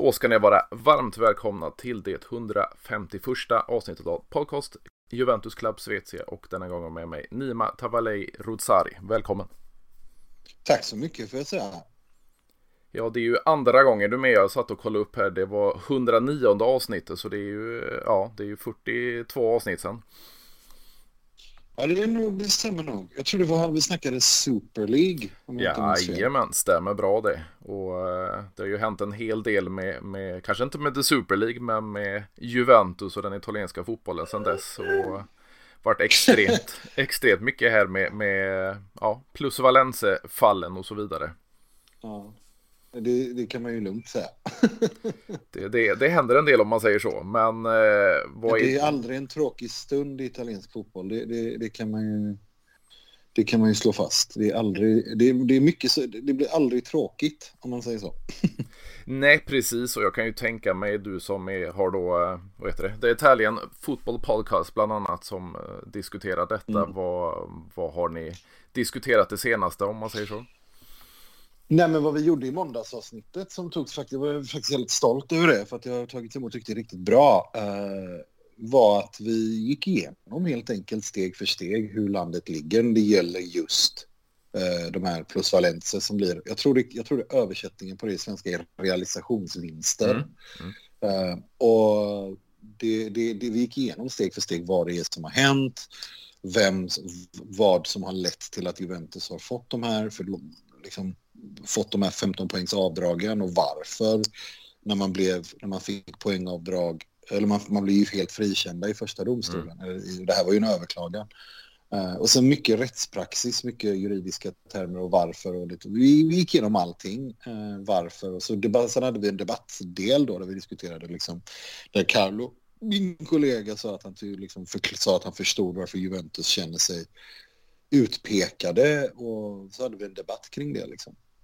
Då ska ni vara varmt välkomna till det 151:a avsnittet av podcast Juventus Club Svezia, och denna gången med mig Nima Tavalley Rudsari. Välkommen. Tack så mycket för att säga. Ja, det är ju andra gången du är med. Jag satt och kollade upp här. Det var 109:e avsnittet, så det är ju 42 avsnitt sedan. Ja, det stämmer nog. Jag tror det var vi snackade Super League. Jajamän, stämmer bra det. Och det har ju hänt en hel del med kanske inte med The Super League, men med Juventus och den italienska fotbollen sedan dess. Och varit extremt mycket här med plus Valence-fallen och så vidare. Ja, det kan man ju lugnt säga. det händer en del om man säger så. Men det är aldrig en tråkig stund i italiensk fotboll. Det kan man ju slå fast. Det är mycket så, det blir aldrig tråkigt om man säger så. Nej, precis. Och jag kan ju tänka mig, du som har då, vad heter det? The Italian Football Podcast bland annat, som diskuterar detta. Vad har ni diskuterat det senaste, om man säger så? Nej, men vad vi gjorde i måndagsavsnittet som togs faktiskt, jag var faktiskt helt stolt över det, för att jag har tagit emot riktigt bra, var att vi gick igenom helt enkelt steg för steg hur landet ligger. Det gäller just de här plusvalenser som blir, jag tror det översättningen på det svenska är realisationsvinster. Och det vi gick igenom steg för steg vad det är som har hänt, vad som har lett till att Juventus har fått de här fått de här 15 poängs avdragen, och varför när man fick poängavdrag, eller man blev ju helt frikända i första domstolen. Det här var ju en överklagan. Och sen mycket rättspraxis, mycket juridiska termer och varför, och vi gick igenom allting, varför, och sen hade vi en debattdel då där vi diskuterade där Carlo, min kollega, sa att han sa att han förstod varför Juventus känner sig utpekade, och så hade vi en debatt kring det .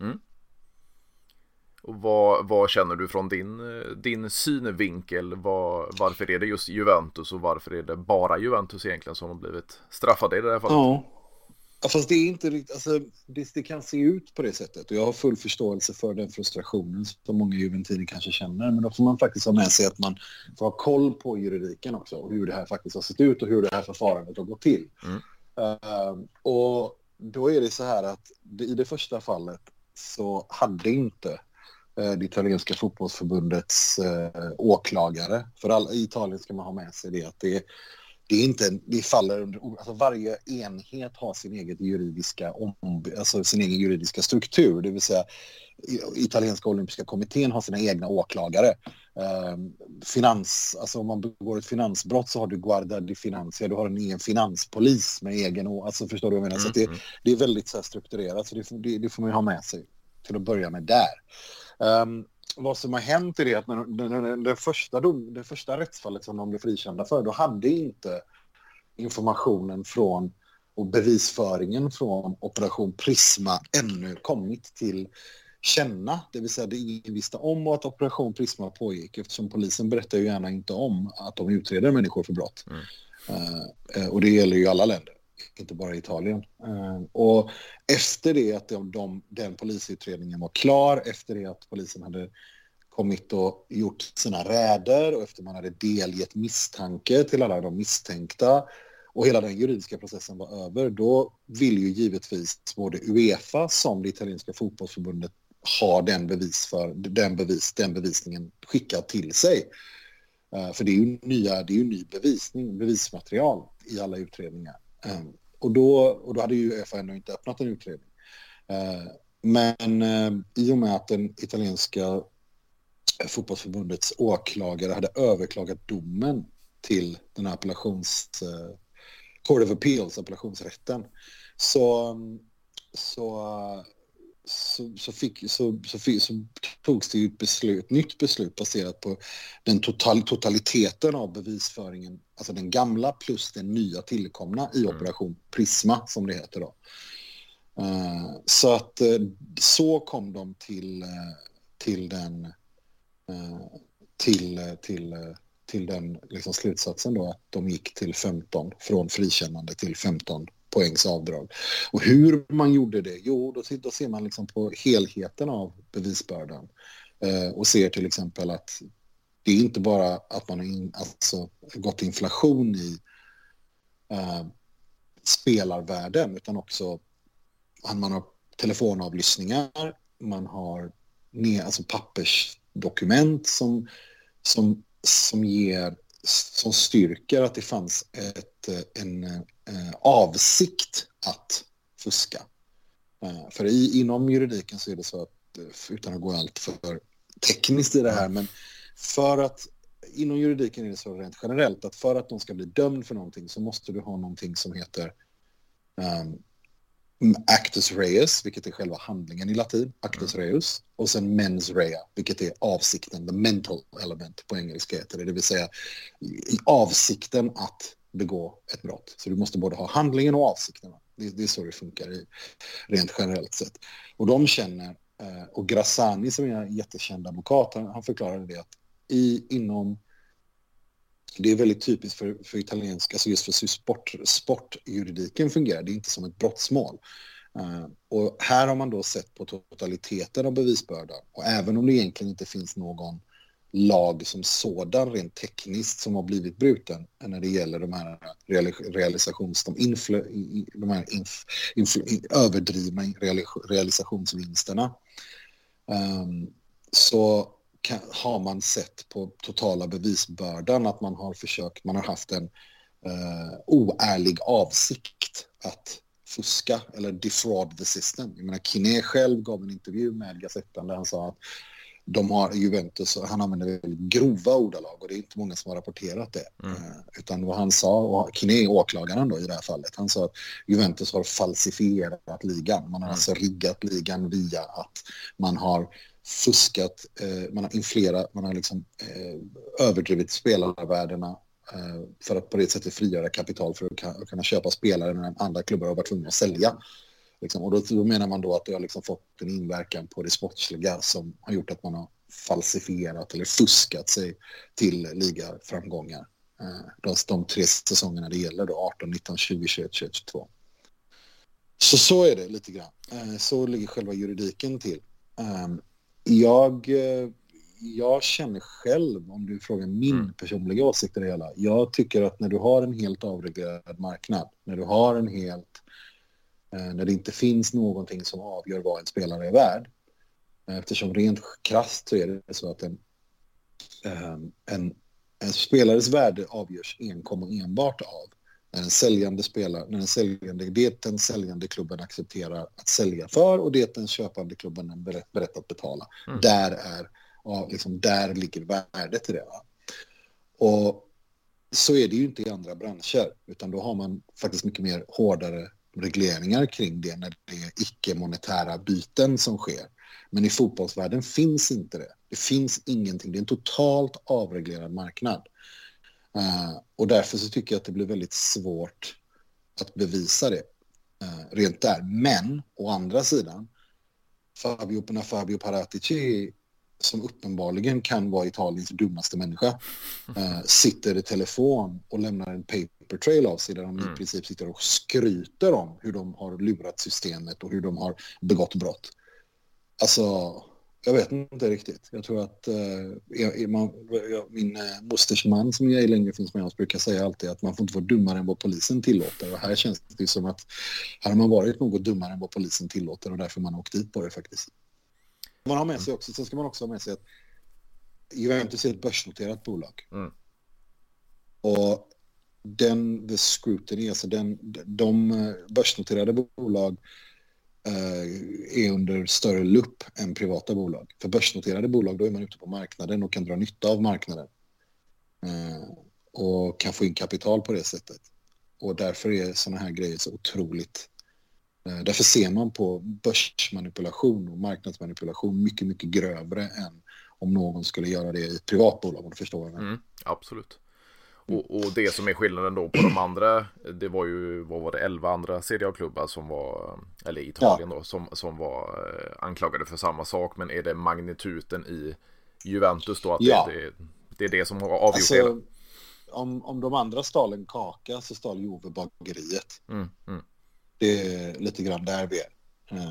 Och vad känner du från din synvinkel? Varför är det just Juventus, och varför är det bara Juventus egentligen som har blivit straffade i det här fallet? Ja, fast det är inte riktigt, alltså, det kan se ut på det sättet, och jag har full förståelse för den frustrationen som många juventiner kanske känner, men då får man faktiskt ha med sig att man får ha koll på juridiken också, och hur det här faktiskt har sett ut och hur det här förfarandet har gått till. Och då är det så här att i det första fallet så hade inte det italienska fotbollsförbundets åklagare, för i Italien ska man ha med sig det, att det faller under, alltså varje enhet har sin egen juridiska struktur, det vill säga italienska olympiska kommittén har sina egna åklagare. Alltså om man begår ett finansbrott så har du Guardia di Finanza, du har en egen finanspolis med egen, alltså förstår du vad jag menar? Så det är väldigt så här strukturerat, så det får man ju ha med sig till att börja med där. Vad som har hänt är det att när det första rättsfallet som de blev frikända för, då hade inte informationen från och bevisföringen från Operation Prisma ännu kommit till känna. Det vill säga det ingen visste om att Operation Prisma pågick, eftersom polisen berättar ju gärna inte om att de utreder människor för brott. Och det gäller ju alla länder, inte bara Italien. Och efter det att den polisutredningen var klar, efter det att polisen hade kommit och gjort sina räder, och efter man hade delgett misstanke till alla de misstänkta och hela den juridiska processen var över, då vill ju givetvis både UEFA som det italienska fotbollsförbundet ha den bevisningen skickad till sig. För det är ju ny bevismaterial i alla utredningar. Och då hade ju UEFA ändå inte öppnat en utredning. Men i och med att den italienska fotbollsförbundets åklagare hade överklagat domen till den här Court of Appeals, appellationsrätten, så togs det ju ett nytt beslut baserat på den totaliteten av bevisföringen, alltså den gamla plus den nya tillkomna i Operation Prisma, som det heter då. Så att så kom de till den liksom slutsatsen då, att de gick till 15, från frikännande till 15 poängs avdrag. Och hur man gjorde det, då ser man liksom på helheten av bevisbördan. och ser till exempel att det är inte bara att man har gått inflation i spelarvärden, utan också att man har telefonavlyssningar, man har pappersdokument som styrker att det fanns en avsikt att fuska. För inom juridiken så är det så att, utan att gå allt för tekniskt i det här, men för att inom juridiken är det så rent generellt att för att de ska bli dömd för någonting så måste du ha någonting som heter actus reus, vilket är själva handlingen i latin, actus reus, och sen mens rea, vilket är avsikten, the mental element på engelska heter det vill säga i avsikten att begå ett brott. Så du måste både ha handlingen och avsikten. Det är så det funkar rent generellt sett. Och de känner, och Grassani som är en jättekänd advokat, han förklarade det att det är väldigt typiskt för italienska, alltså just för sportjuridiken fungerar. Det är inte som ett brottsmål. Och här har man då sett på totaliteten av bevisbördan. Och även om det egentligen inte finns någon lag som sådan rent tekniskt som har blivit bruten när det gäller de här överdrivna realisationsvinsterna, så har man sett på totala bevisbördan att man har haft en oärlig avsikt att fuska eller defraud the system. Jag menar, Kiné själv gav en intervju med Gazettan där han sa att de har Juventus, och han använder väldigt grova ordalag och det är inte många som har rapporterat det. Utan vad han sa, och Kiné är åklagaren då i det här fallet, han sa att Juventus har falsifierat ligan. Man har alltså riggat ligan via att man har fuskat, man har inflerat, man har liksom överdrivit spelarvärdena för att på det sättet frigöra kapital för att kunna köpa spelare när andra klubbar har varit tvungna att sälja. Liksom. Och då menar man då att det har liksom fått en inverkan på det sportsliga som har gjort att man har falsifierat eller fuskat sig till ligaframgångar. De 3 säsongerna det gäller då, 18, 19, 20, 21, 21, 22. Så är det lite grann. Så ligger själva juridiken till. Jag känner själv, om du frågar min personliga åsikt i det hela, jag tycker att när du har en helt avreglerad marknad, när det inte finns någonting som avgör vad en spelare är värd, eftersom rent krasst så är det så att en spelares värde avgörs enbart av när den säljande klubben accepterar att sälja för och det den köpande klubben är beredd att betala. Där ligger värdet i det. Och så är det ju inte i andra branscher, utan då har man faktiskt mycket mer hårdare regleringar kring det när det är icke-monetära byten som sker. Men i fotbollsvärlden finns inte det. Det finns ingenting. Det är en totalt avreglerad marknad. Och därför så tycker jag att det blir väldigt svårt att bevisa det rent där. Men å andra sidan, Fabio Paratici, som uppenbarligen kan vara Italiens dummaste människa, sitter i telefon och lämnar en paper trail av sig där de i princip sitter och skryter om hur de har lurat systemet och hur de har begått brott. Alltså, jag vet inte riktigt. Jag tror att min mosters man som jag länge finns med oss brukar säga alltid att man får inte vara dummare än vad polisen tillåter. Och här känns det som att här har man varit något dummare än vad polisen tillåter och därför man har åkt dit på det faktiskt. Man har med sig också, sen ska man också ha med sig att Juventus är ett börsnoterat bolag. Och the scrutiny, alltså de börsnoterade bolag är under större lupp än privata bolag. För börsnoterade bolag, då är man ute på marknaden och kan dra nytta av marknaden. Och kan få in kapital på det sättet. Och därför är såna här grejer så otroligt. Därför ser man på börsmanipulation och marknadsmanipulation mycket, mycket grövre än om någon skulle göra det i ett privatbolag, om du förstår mig. Absolut. Och det som är skillnaden då på de andra, det var ju, vad var det, 11 andra Serie A-klubbar som var, eller i Italien då, som var anklagade för samma sak, men är det magnituden i Juventus då att det är det som har avgjort alltså, om de andra stal en kaka så stal Juve bageriet. Det är lite grann där vi är.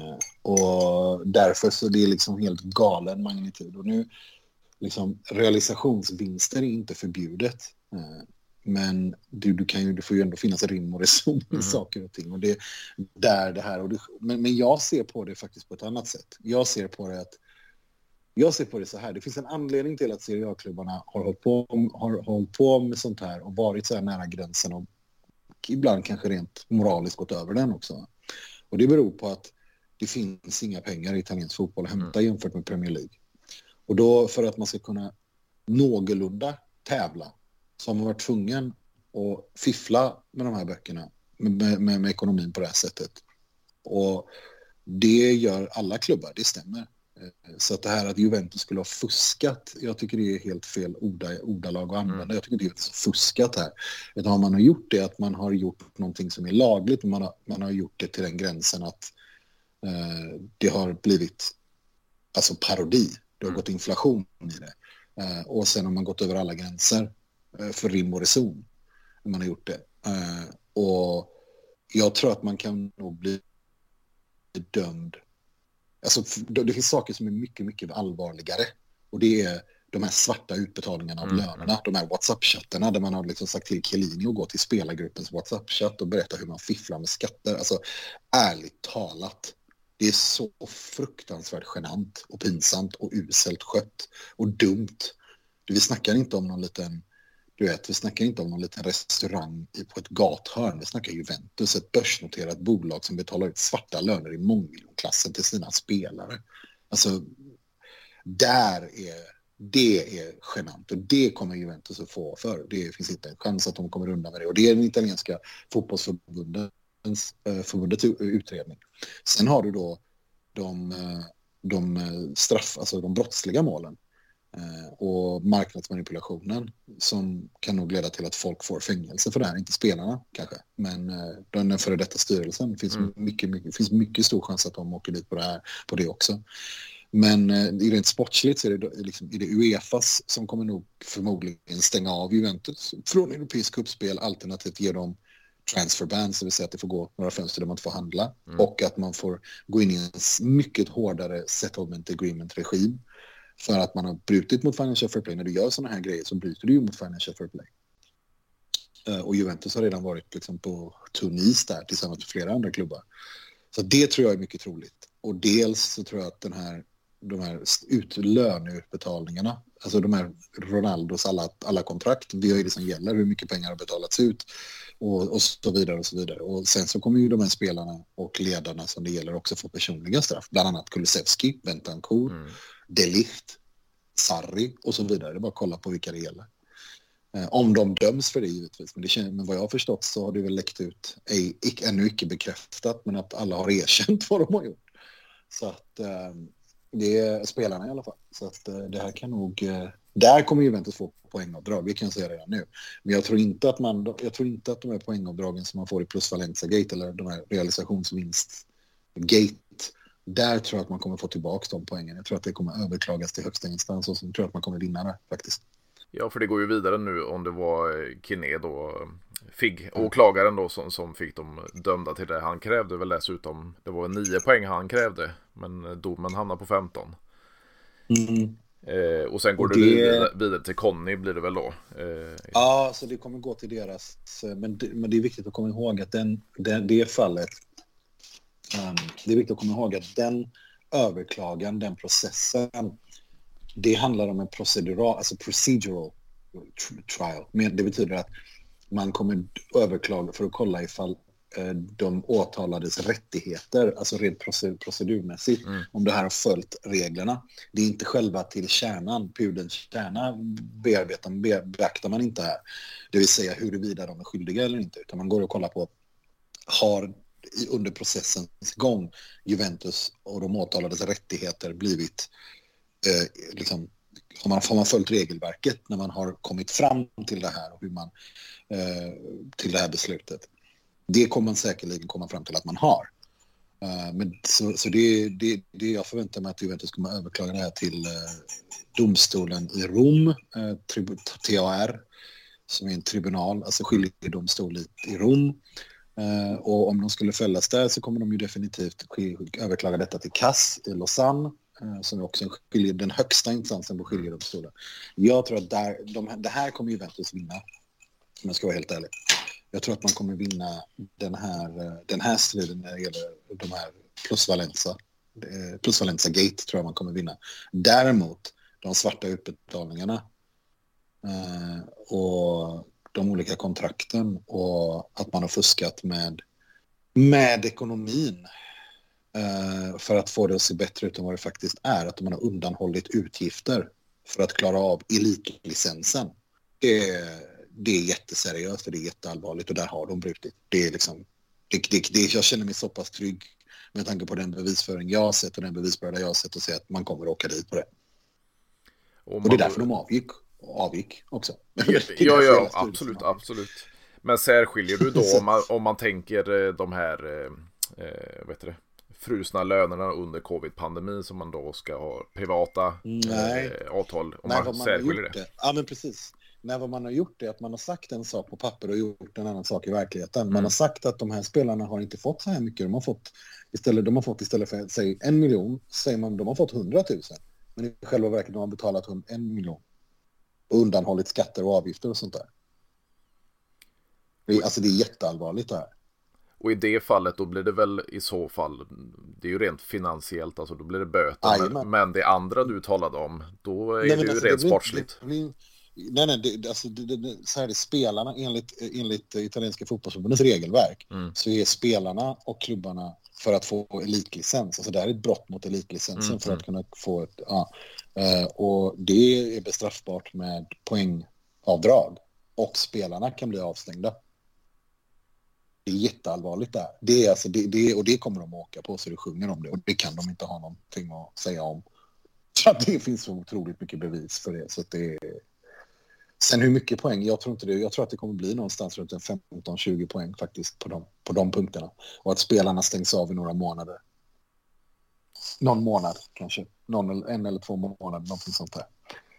Och därför så det är liksom helt galen magnitud. Och nu liksom realisationsvinster är inte förbjudet. Men det får ju ändå finnas rim och reson i saker och ting. Och det där det här. Men jag ser på det faktiskt på ett annat sätt. Jag ser på det så här. Det finns en anledning till att Serie A-klubbarna har hållit på med sånt här och varit så här nära gränsen och ibland kanske rent moraliskt gått över den också. Och det beror på att det finns inga pengar i italiensk fotboll att hämta jämfört med Premier League. Och då för att man ska kunna någorlunda tävla så har man varit tvungen att fiffla med de här böckerna med ekonomin på det här sättet. Och det gör alla klubbar, det stämmer. Så att det här att Juventus skulle ha fuskat, jag tycker det är helt fel ordalag att använda. Jag tycker inte det är fuskat här. Utan vad man har gjort är att man har gjort någonting som är lagligt och man har gjort det till den gränsen att det har blivit alltså parodi. Det har gått inflation i det. Och sen har man gått över alla gränser för rim och reson när man har gjort det. Och jag tror att man kan nog bli dömd. Alltså, det finns saker som är mycket, mycket allvarligare. Och det är de här svarta utbetalningarna av lönerna. De här WhatsApp-chattarna där man har liksom sagt till Chiellini att gå till spelargruppens WhatsApp-chatt och berätta hur man fifflar med skatter. Alltså, ärligt talat. Det är så fruktansvärt genant och pinsamt och uselt skött och dumt. Vi snackar inte om någon liten, vi snackar inte om någon liten restaurang på ett gathörn. Vi snackar Juventus, ett börsnoterat bolag som betalar ut svarta löner i mångmiljonklassen till sina spelare. Alltså, det är genant och det kommer Juventus att få för. Det finns inte en chans att de kommer undan med det. Och det är den italienska förbundets utredning. Sen har du då de brottsliga målen och marknadsmanipulationen som kan nog leda till att folk får fängelse för det här, inte spelarna kanske, men den före detta styrelsen finns mycket stor chans att de åker dit på det också. Men rent sportsligt så är det liksom är det Uefas som kommer nog förmodligen stänga av Juventus från europeisk cupspel, alternativt ge dem transferbans, det vill säga att det får gå några fönster där man inte får handla och att man får gå in i en mycket hårdare settlement agreement-regim för att man har brutit mot financial fair play. När du gör sådana här grejer så bryter du ju mot financial fair play. Och Juventus har redan varit liksom på turnis där tillsammans med flera andra klubbar. Så det tror jag är mycket troligt. Och dels så tror jag att de här löneutbetalningarna, alltså de här Ronaldos alla kontrakt, vi har ju det som gäller, hur mycket pengar har betalats ut och så vidare och så vidare. Och sen så kommer ju de här spelarna och ledarna som det gäller också få personliga straff, bland annat Kulusevski, Bentancur, De Ligt, Sarri och så vidare. Det är bara att kolla på vilka det gäller. Om de döms för det givetvis. Men vad jag har förstått så har det väl läckt ut, ännu icke bekräftat, men att alla har erkänt vad de har gjort. Så att det är spelarna i alla fall. Så att det här kan nog... där kommer Juventus få poängavdrag, det kan jag säga redan nu. Men jag tror inte att de här poängavdragen som man får i plus Valencia Gate eller de här realisationsvinst Gate, där tror jag att man kommer få tillbaka de poängen. Jag tror att det kommer överklagas till högsta instans och så tror jag att man kommer vinna det faktiskt. Ja, för det går ju vidare nu om det var Kiné då, åklagaren då som fick dem dömda till det. Han krävde väl dessutom, det var 9 poäng han krävde, men domen hamnade på 15. Och sen går det vidare till Conny blir det väl då. Ja, så det kommer gå till deras, men det är viktigt att komma ihåg att det fallet, det är viktigt att komma ihåg att den överklagan, den processen, det handlar om en procedural trial. Men det betyder att man kommer överklaga för att kolla ifall de åtalades rättigheter, alltså rent procedurmässigt, om det här har följt reglerna. Det är inte själva till kärnan, pudelns kärna beaktar man inte här. Det vill säga huruvida de är skyldiga eller inte, utan man går och kollar på under processens gång Juventus och de åtalades rättigheter blivit liksom, har man följt regelverket när man har kommit fram till det här och hur man till det här beslutet. Det kommer man säkerligen komma fram till att man har. Men så det jag förväntar mig att Juventus kommer överklaga det här till domstolen i Rom, TAR, som är en tribunal, alltså skiljedomstol i Rom. Och om de skulle fällas där så kommer de ju definitivt överklaga detta till CAS i Lausanne, som är också den högsta instansen på skiljedomstolen. Jag tror att det här kommer Juventus vinna, om jag ska vara helt ärlig. Jag tror att man kommer vinna den här striden när det gäller de här plus Valenza Gate, tror jag man kommer vinna. Däremot de svarta utbetalningarna och de olika kontrakten och att man har fuskat med ekonomin för att få det att se bättre ut än vad det faktiskt är. Att man har undanhållit utgifter för att klara av elitlicensen. Det är jätteseriöst och det är jätteallvarligt och där har de brutit. Det är liksom, jag känner mig så pass trygg med tanke på den bevisföring jag har sett och den bevisbörda jag har sett och se att man kommer att åka dit på det. Och det är därför de avgick också. Ja, absolut. Men särskiljer du då om man tänker de här frusna lönerna under covid-pandemin som man då ska ha privata avtal, om man särskiljer det? Ja, men precis. Vad man har gjort det att man har sagt en sak på papper och gjort en annan sak i verkligheten. Man har sagt att de här spelarna har inte fått så här mycket. De har fått istället för säg 1 miljon, säger man de har fått 100 000. Men i själva verket de har betalat 1 miljon och undanhållit skatter och avgifter och sånt där. Det är jätteallvarligt det här. Och i det fallet då blir det väl i så fall, det är ju rent finansiellt, alltså då blir det böter. Men det andra du talade om, då är det ju rent sportsligt. Så här är spelarna enligt italienska fotbollsförbundets regelverk så är spelarna och klubbarna för att få elitlicens. Alltså det här är ett brott mot elitlicensen för att kunna få ett och det är bestraffbart med poängavdrag och spelarna kan bli avstängda. Det är jätteallvarligt där. Och det kommer de att åka på så det sjunger om det och det kan de inte ha någonting att säga om. Så att det finns så otroligt mycket bevis för det så att det är. Sen hur mycket poäng, jag tror inte det. Jag tror att det kommer bli någonstans runt 15-20 poäng faktiskt på de punkterna. Och att spelarna stängs av i några månader. Någon månad kanske. 1 eller 2 månader, någonting sånt där.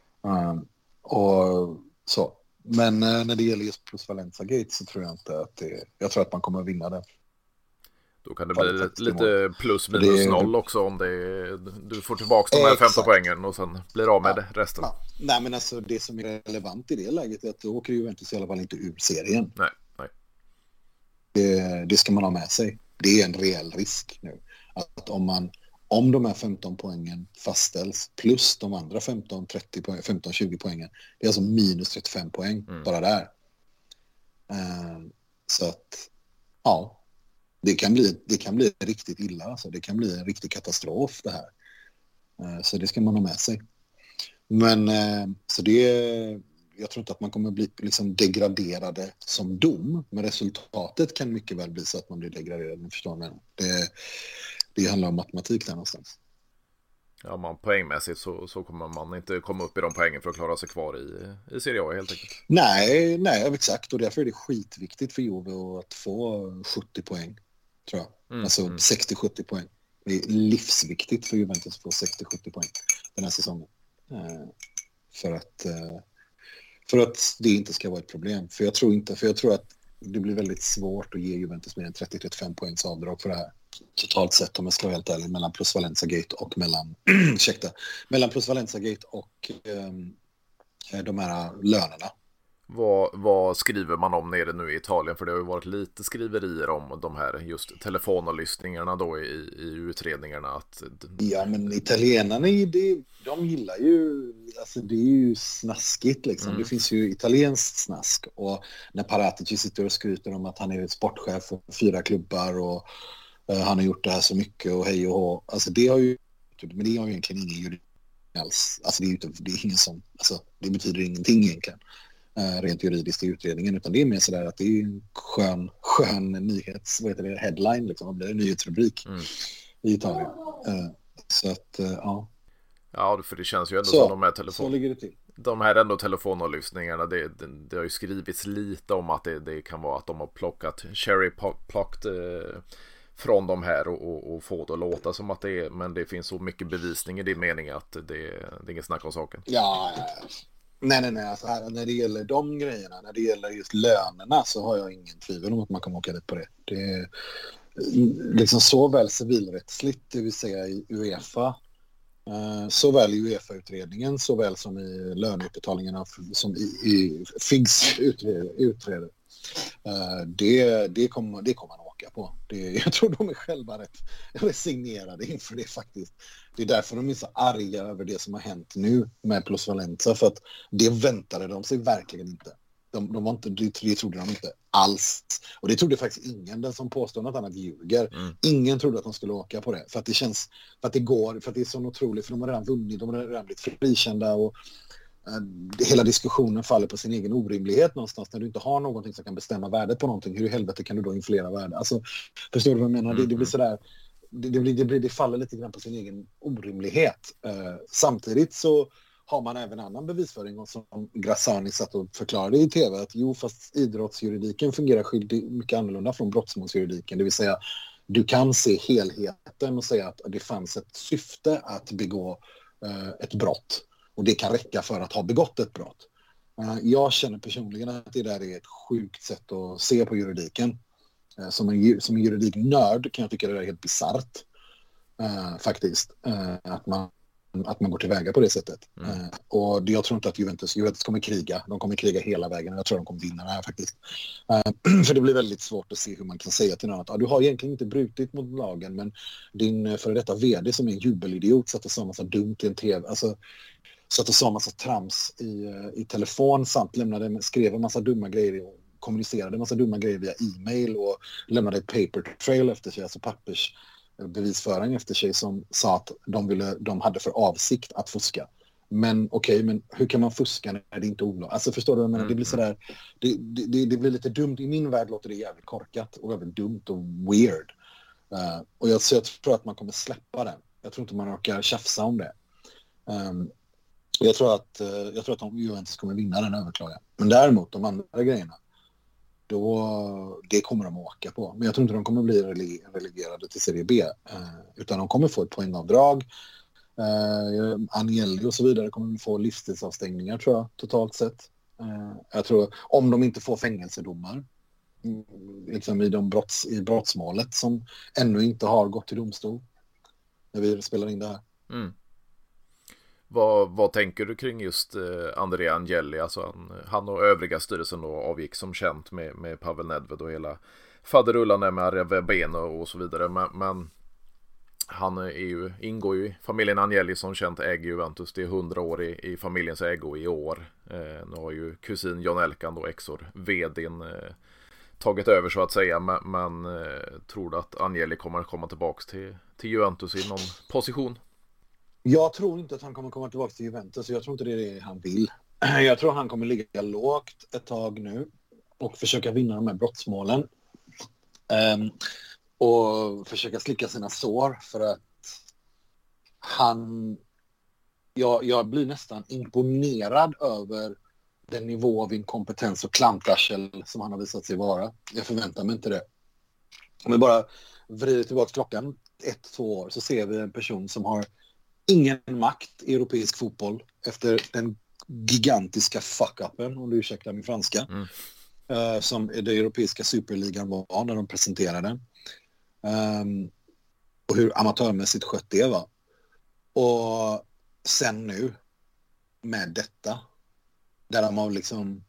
Och så. Men när det gäller just plus Valenza Gate så tror jag inte att jag tror att man kommer att vinna det. Då kan det bli lite plus minus noll också om du får tillbaka de här 15 poängen och sen blir av med resten. Ja. Nej, men alltså det som är relevant i det läget är att då åker Juventus i alla fall inte ur serien. Nej. Det ska man ha med sig. Det är en reell risk nu. Att om de här 15 poängen fastställs plus de andra 15-20 poängen, det är alltså minus 35 poäng bara där. Så att det kan bli riktigt illa. Alltså. Det kan bli en riktig katastrof det här. Så det ska man ha med sig. Men jag tror inte att man kommer bli liksom degraderade som dom. Men resultatet kan mycket väl bli så att man blir degraderad. Förstår man. Det handlar om matematik där någonstans. Ja, poängmässigt så kommer man inte komma upp i de poängen för att klara sig kvar i Serie A helt enkelt. Nej, exakt. Och därför är det skitviktigt för Juve att få 70 poäng, tror jag. Alltså 60-70 poäng. Det är livsviktigt för Juventus att få 60-70 poäng den här säsongen. För att det inte ska vara ett problem. För jag tror att det blir väldigt svårt att ge Juventus mer än 30-35 poängs avdrag för det här. Totalt sett om jag ska vara helt ärlig mellan plus Valenza Gate och mellan plus Valenza Gate och de här lönerna. Vad skriver man om nere nu i Italien? För det har ju varit lite skriverier om de här just telefonavlyssningarna då i utredningarna. Ja, men italienarna de gillar ju, alltså det är ju snaskigt liksom. Det finns ju italienskt snask och när Paratici sitter och skryter om att han är sportchef för 4 klubbar och han har gjort det här så mycket och hej och hå. Alltså det har ju egentligen ingen juridik alls. Alltså det är ingen som, alltså det betyder ingenting egentligen rent juridiskt i utredningen, utan det är mer sådär att det är en skön nyhets, headline liksom, vad blir det, nyhetsrubrik i Italien. Så att ja. Ja, för det känns ju ändå som de här så ligger det till. De här ändå telefonavlyssningarna, det har ju skrivits lite om att det kan vara att de har plockat cherry-plocked från de här och få det att låta som att det är, men det finns så mycket bevisning i din mening att det är ingen snack om saken. Ja, Nej. Alltså när det gäller de grejerna, när det gäller just lönerna så har jag ingen tvivel om att man kommer åka dit på det. Det är liksom såväl civilrättsligt, det vill säga i UEFA, såväl i UEFA-utredningen, såväl som i löneutbetalningarna som i FIGs utträde. Det kommer man åka på. Jag tror de är själva rätt resignerade inför det faktiskt. Det är därför de är så arga över det som har hänt nu med plusvalenza, för att det väntade de sig verkligen inte. De var inte, det trodde de inte alls. Och det trodde faktiskt ingen. Den som påstår något annat ljuger. Ingen trodde att de skulle åka på det. För att det känns, för att det går, för att det är så otroligt. För de har redan vunnit, de har redan blivit frikända och hela diskussionen faller på sin egen orimlighet någonstans. När du inte har någonting som kan bestämma värdet på någonting, hur i helvete kan du då inflera värde? Alltså, förstår du vad jag menar? Det blir sådär, det faller lite grann på sin egen orimlighet. Samtidigt så har man även annan bevisföring, och som Grassani satt och förklarade i tv, att jo, fast idrottsjuridiken fungerar mycket annorlunda från brottmålsjuridiken. Det vill säga, du kan se helheten och säga att det fanns ett syfte att begå ett brott. Och det kan räcka för att ha begått ett brott. Jag känner personligen att det där är ett sjukt sätt att se på juridiken. Som en juridiknörd kan jag tycka det är helt bisarrt. Faktiskt. Att man går tillväga på det sättet. Och jag tror inte att Juventus kommer kriga. De kommer kriga hela vägen. Jag tror de kommer vinna det här faktiskt. För det blir väldigt svårt att se hur man kan säga till någon att du har egentligen inte brutit mot lagen, men din före detta vd som är en jubelidiot satt och sa massa dumt i en tv. Alltså, satt och sa massa trams i telefon samt skrev en massa dumma grejer och kommunicerade en massa dumma grejer via e-mail och lämnade ett paper trail efter sig, alltså pappersbevisföring efter sig, som sa att de hade för avsikt att fuska. Men okej, men hur kan man fuska när det inte är olagligt? Alltså förstår du vad jag menar? Det blir sådär, det blir lite dumt. I min värld låter det jävligt korkat och jävligt dumt och weird. Och jag tror att man kommer släppa den. Jag tror inte man orkar tjafsa om det. Jag tror att Juventus kommer vinna den överklagan. Men däremot de andra grejerna, det kommer de att åka på. Men jag tror inte de kommer bli relegerade till Serie B. Utan de kommer få ett poängavdrag. Agnelli och så vidare kommer få livstidsavstängningar, tror jag, totalt sett. Jag tror, om de inte får fängelsedomar liksom i brottsmålet som ännu inte har gått till domstol när vi spelar in det här. Vad tänker du kring just Andrea Agnelli? Alltså han och övriga styrelsen då avgick som känt med Pavel Nedved och hela faderullan med Arja Beno och så vidare. Men han ingår ju i familjen Agnelli som känt äger Juventus. Det är 100 år i familjens ägo i år. Nu har ju kusin John Elkan och exor vdn tagit över så att säga. Men tror du att Agnelli kommer komma tillbaka till Juventus i någon position? Jag tror inte att han kommer komma tillbaka till Juventus. Jag tror inte det är det han vill. Jag tror han kommer ligga lågt ett tag nu och försöka vinna de här brottsmålen. Och försöka slicka sina sår, för att jag blir nästan imponerad över den nivå av inkompetens och klantarsel som han har visat sig vara. Jag förväntar mig inte det. Om vi bara vrider tillbaka klockan 1-2 år så ser vi en person som har ingen makt i europeisk fotboll efter den gigantiska fuck-upen, om du ursäktar min franska, som den europeiska superligan var när de presenterade den. Och hur amatörmässigt skött det var. Och sen nu med detta där de har liksom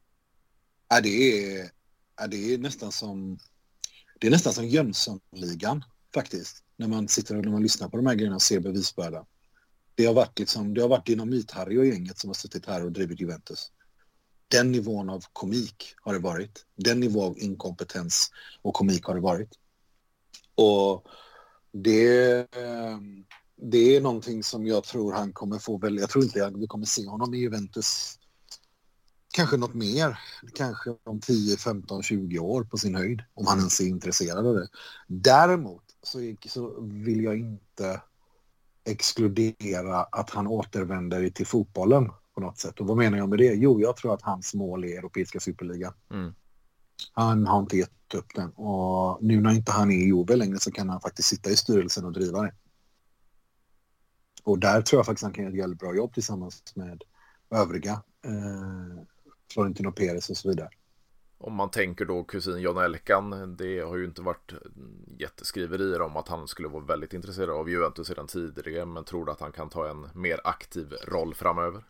det är nästan som Jönssonligan faktiskt, när man sitter och när man lyssnar på de här grejerna och ser bevisbörda. Det har varit Dynamit-Harry och gänget som har suttit här och drivit Juventus. Den nivån av komik har det varit. Den nivå av inkompetens och komik har det varit. Och det är någonting som jag tror han kommer få väl. Jag tror inte att vi kommer se honom i Juventus kanske något mer. Kanske om 10, 15, 20 år på sin höjd. Om han ens är intresserad av det. Däremot så vill jag inte exkludera att han återvänder till fotbollen på något sätt. Och vad menar jag med det? Jo, jag tror att hans mål är Europeiska Superligan. Han har inte gett upp den. Och nu när inte han är i Juve längre så kan han faktiskt sitta i styrelsen och driva det. Och där tror jag faktiskt han kan göra ett jävligt bra jobb tillsammans med övriga. Florentino Perez och så vidare. Om man tänker då kusin John Elkan, det har ju inte varit jätteskriverier om att han skulle vara väldigt intresserad av Juventus sedan tidigare, men tror du att han kan ta en mer aktiv roll framöver?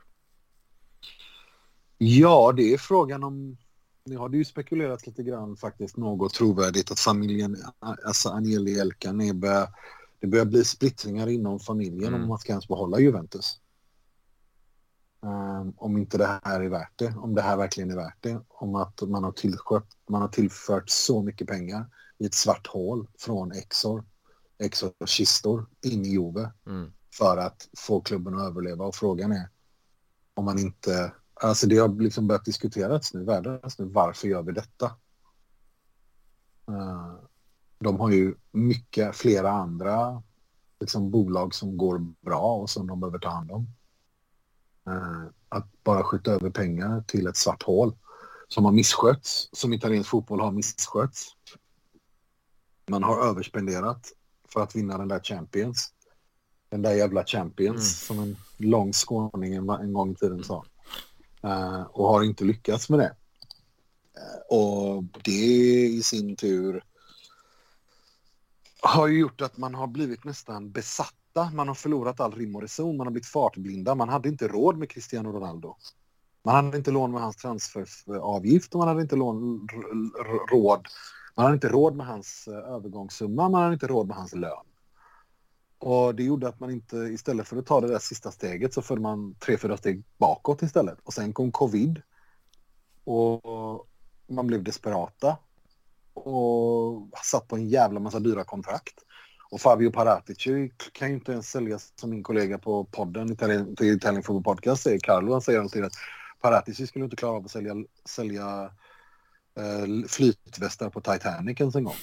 Ja, det är frågan om... Nu har det ju spekulerats lite grann faktiskt något trovärdigt att familjen, alltså Agnelli Elkan, det börjar bli splittringar inom familjen om man ska ens behålla Juventus. Om inte det här är värt det, om det här verkligen är värt det, om att man har tillfört så mycket pengar i ett svart hål från Exor kistor in i Juve för att få klubben att överleva, och frågan är om man inte, alltså det har liksom börjat diskuteras nu, varför gör vi detta? De har ju flera andra liksom bolag som går bra och som de behöver ta hand om. Att bara skjuta över pengar till ett svart hål som har misskötts, som italiensk fotboll har misskötts. Man har överspenderat för att vinna den där Champions. Den där jävla Champions som en lång skåning en gång i tiden sa. Och har inte lyckats med det. Och det i sin tur har ju gjort att man har blivit nästan besatt. Man har förlorat all rim och reson. Man har blivit fartblinda. Man hade inte råd med Cristiano Ronaldo. Man hade inte lån med hans transferavgift, och man hade inte råd. Man hade inte råd med hans övergångssumma. Man hade inte råd med hans lön. Och det gjorde att man inte, istället för att ta det där sista steget, så följde man 3-4 steg bakåt istället. Och sen kom covid. Och man blev desperata. Och satt på en jävla massa dyra kontrakt. Och Fabio Paratici kan ju inte ens säljas, som min kollega på podden Italian Football Podcast säger, Carlo, han säger alltid att Paratici skulle inte klara av att sälja flytvästar på Titanic ens en gång.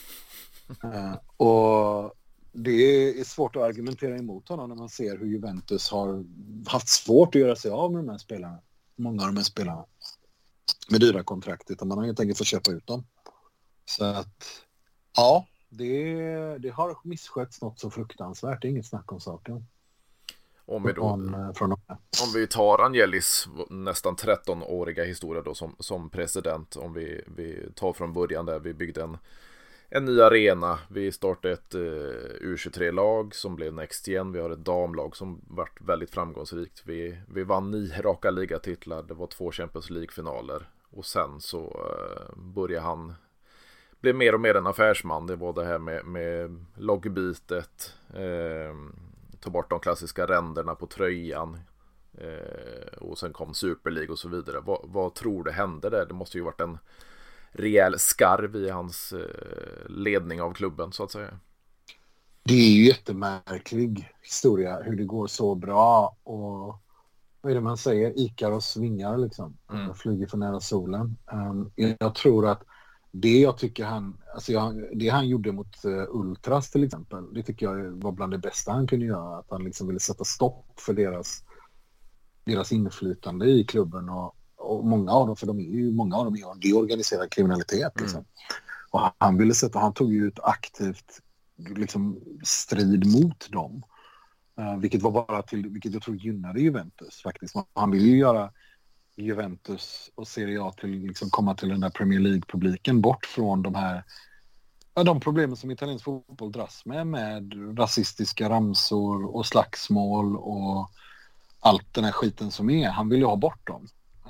Och det är svårt att argumentera emot honom när man ser hur Juventus har haft svårt att göra sig av med de här spelarna. Många av de här spelarna med dyra kontrakt, utan man har helt enkelt fått köpa ut dem. Så att, ja, det har misskötts något så fruktansvärt. Det är inget snack om saken. Om vi tar Agnellis nästan 13-åriga historia då som president, om vi tar från början där vi byggde en ny arena, vi startade ett U23-lag som blev Next Gen, vi har ett damlag som varit väldigt framgångsrikt, vi vann 9 raka ligatitlar, det var 2 Champions League-finaler, och sen så började han bli mer och mer en affärsman. Det var det här med loggbytet, ta bort de klassiska ränderna på tröjan, och sen kom Super League och så vidare. Vad tror du hände där? Det måste ju varit en rejäl skarv i hans ledning av klubben, så att säga. Det är ju jättemärklig historia hur det går så bra, och vad är det man säger? Ikaros vingar liksom. Flyger för nära solen. Jag tror att det han gjorde mot Ultras till exempel, det tycker jag var bland det bästa han kunde göra. Att han liksom ville sätta stopp för deras inflytande i klubben, och många av dem, för många av dem är organiserad kriminalitet liksom. Och han tog ju ett aktivt liksom strid mot dem, vilket jag tror gynnade Juventus faktiskt. Han ville ju göra Juventus och Serie A till liksom komma till den där Premier League-publiken, bort från de problemen som italiensk fotboll dras med rasistiska ramsor och slagsmål och allt den här skiten som är. Han ville ju ha bort dem.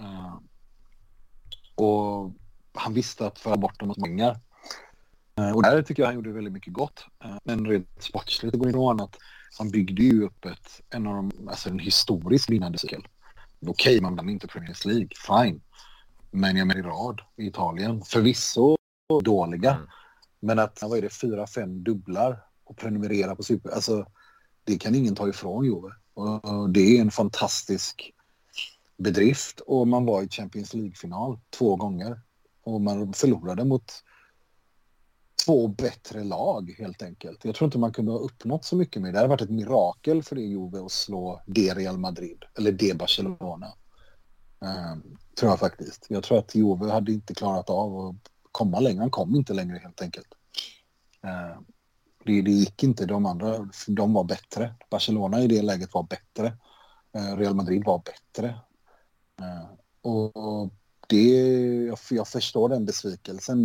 Och han visste att föra bort dem med pengar. Och där tycker jag han gjorde väldigt mycket gott. Men rent sportsligt, det går ifrån att han byggde ju upp en historisk vinnande cykel. Okej, man vann inte Premier League, fine. Men jag menar i rad i Italien. Förvisso dåliga. Men att, 4-5 dubblar och prenumerera på Super. Alltså, det kan ingen ta ifrån Juve. Och det är en fantastisk bedrift. Och man var i Champions League-final 2 gånger. Och man förlorade mot 2 bättre lag helt enkelt. Jag tror inte man kunde ha uppnått så mycket med det. Det hade varit ett mirakel för det Juve att slå det Real Madrid eller det Barcelona. Tror jag faktiskt. Jag tror att Juve hade inte klarat av att komma längre. Han kom inte längre helt enkelt. Det gick inte. De andra, de var bättre. Barcelona i det läget var bättre. Real Madrid var bättre. Och det, jag förstår den besvikelsen,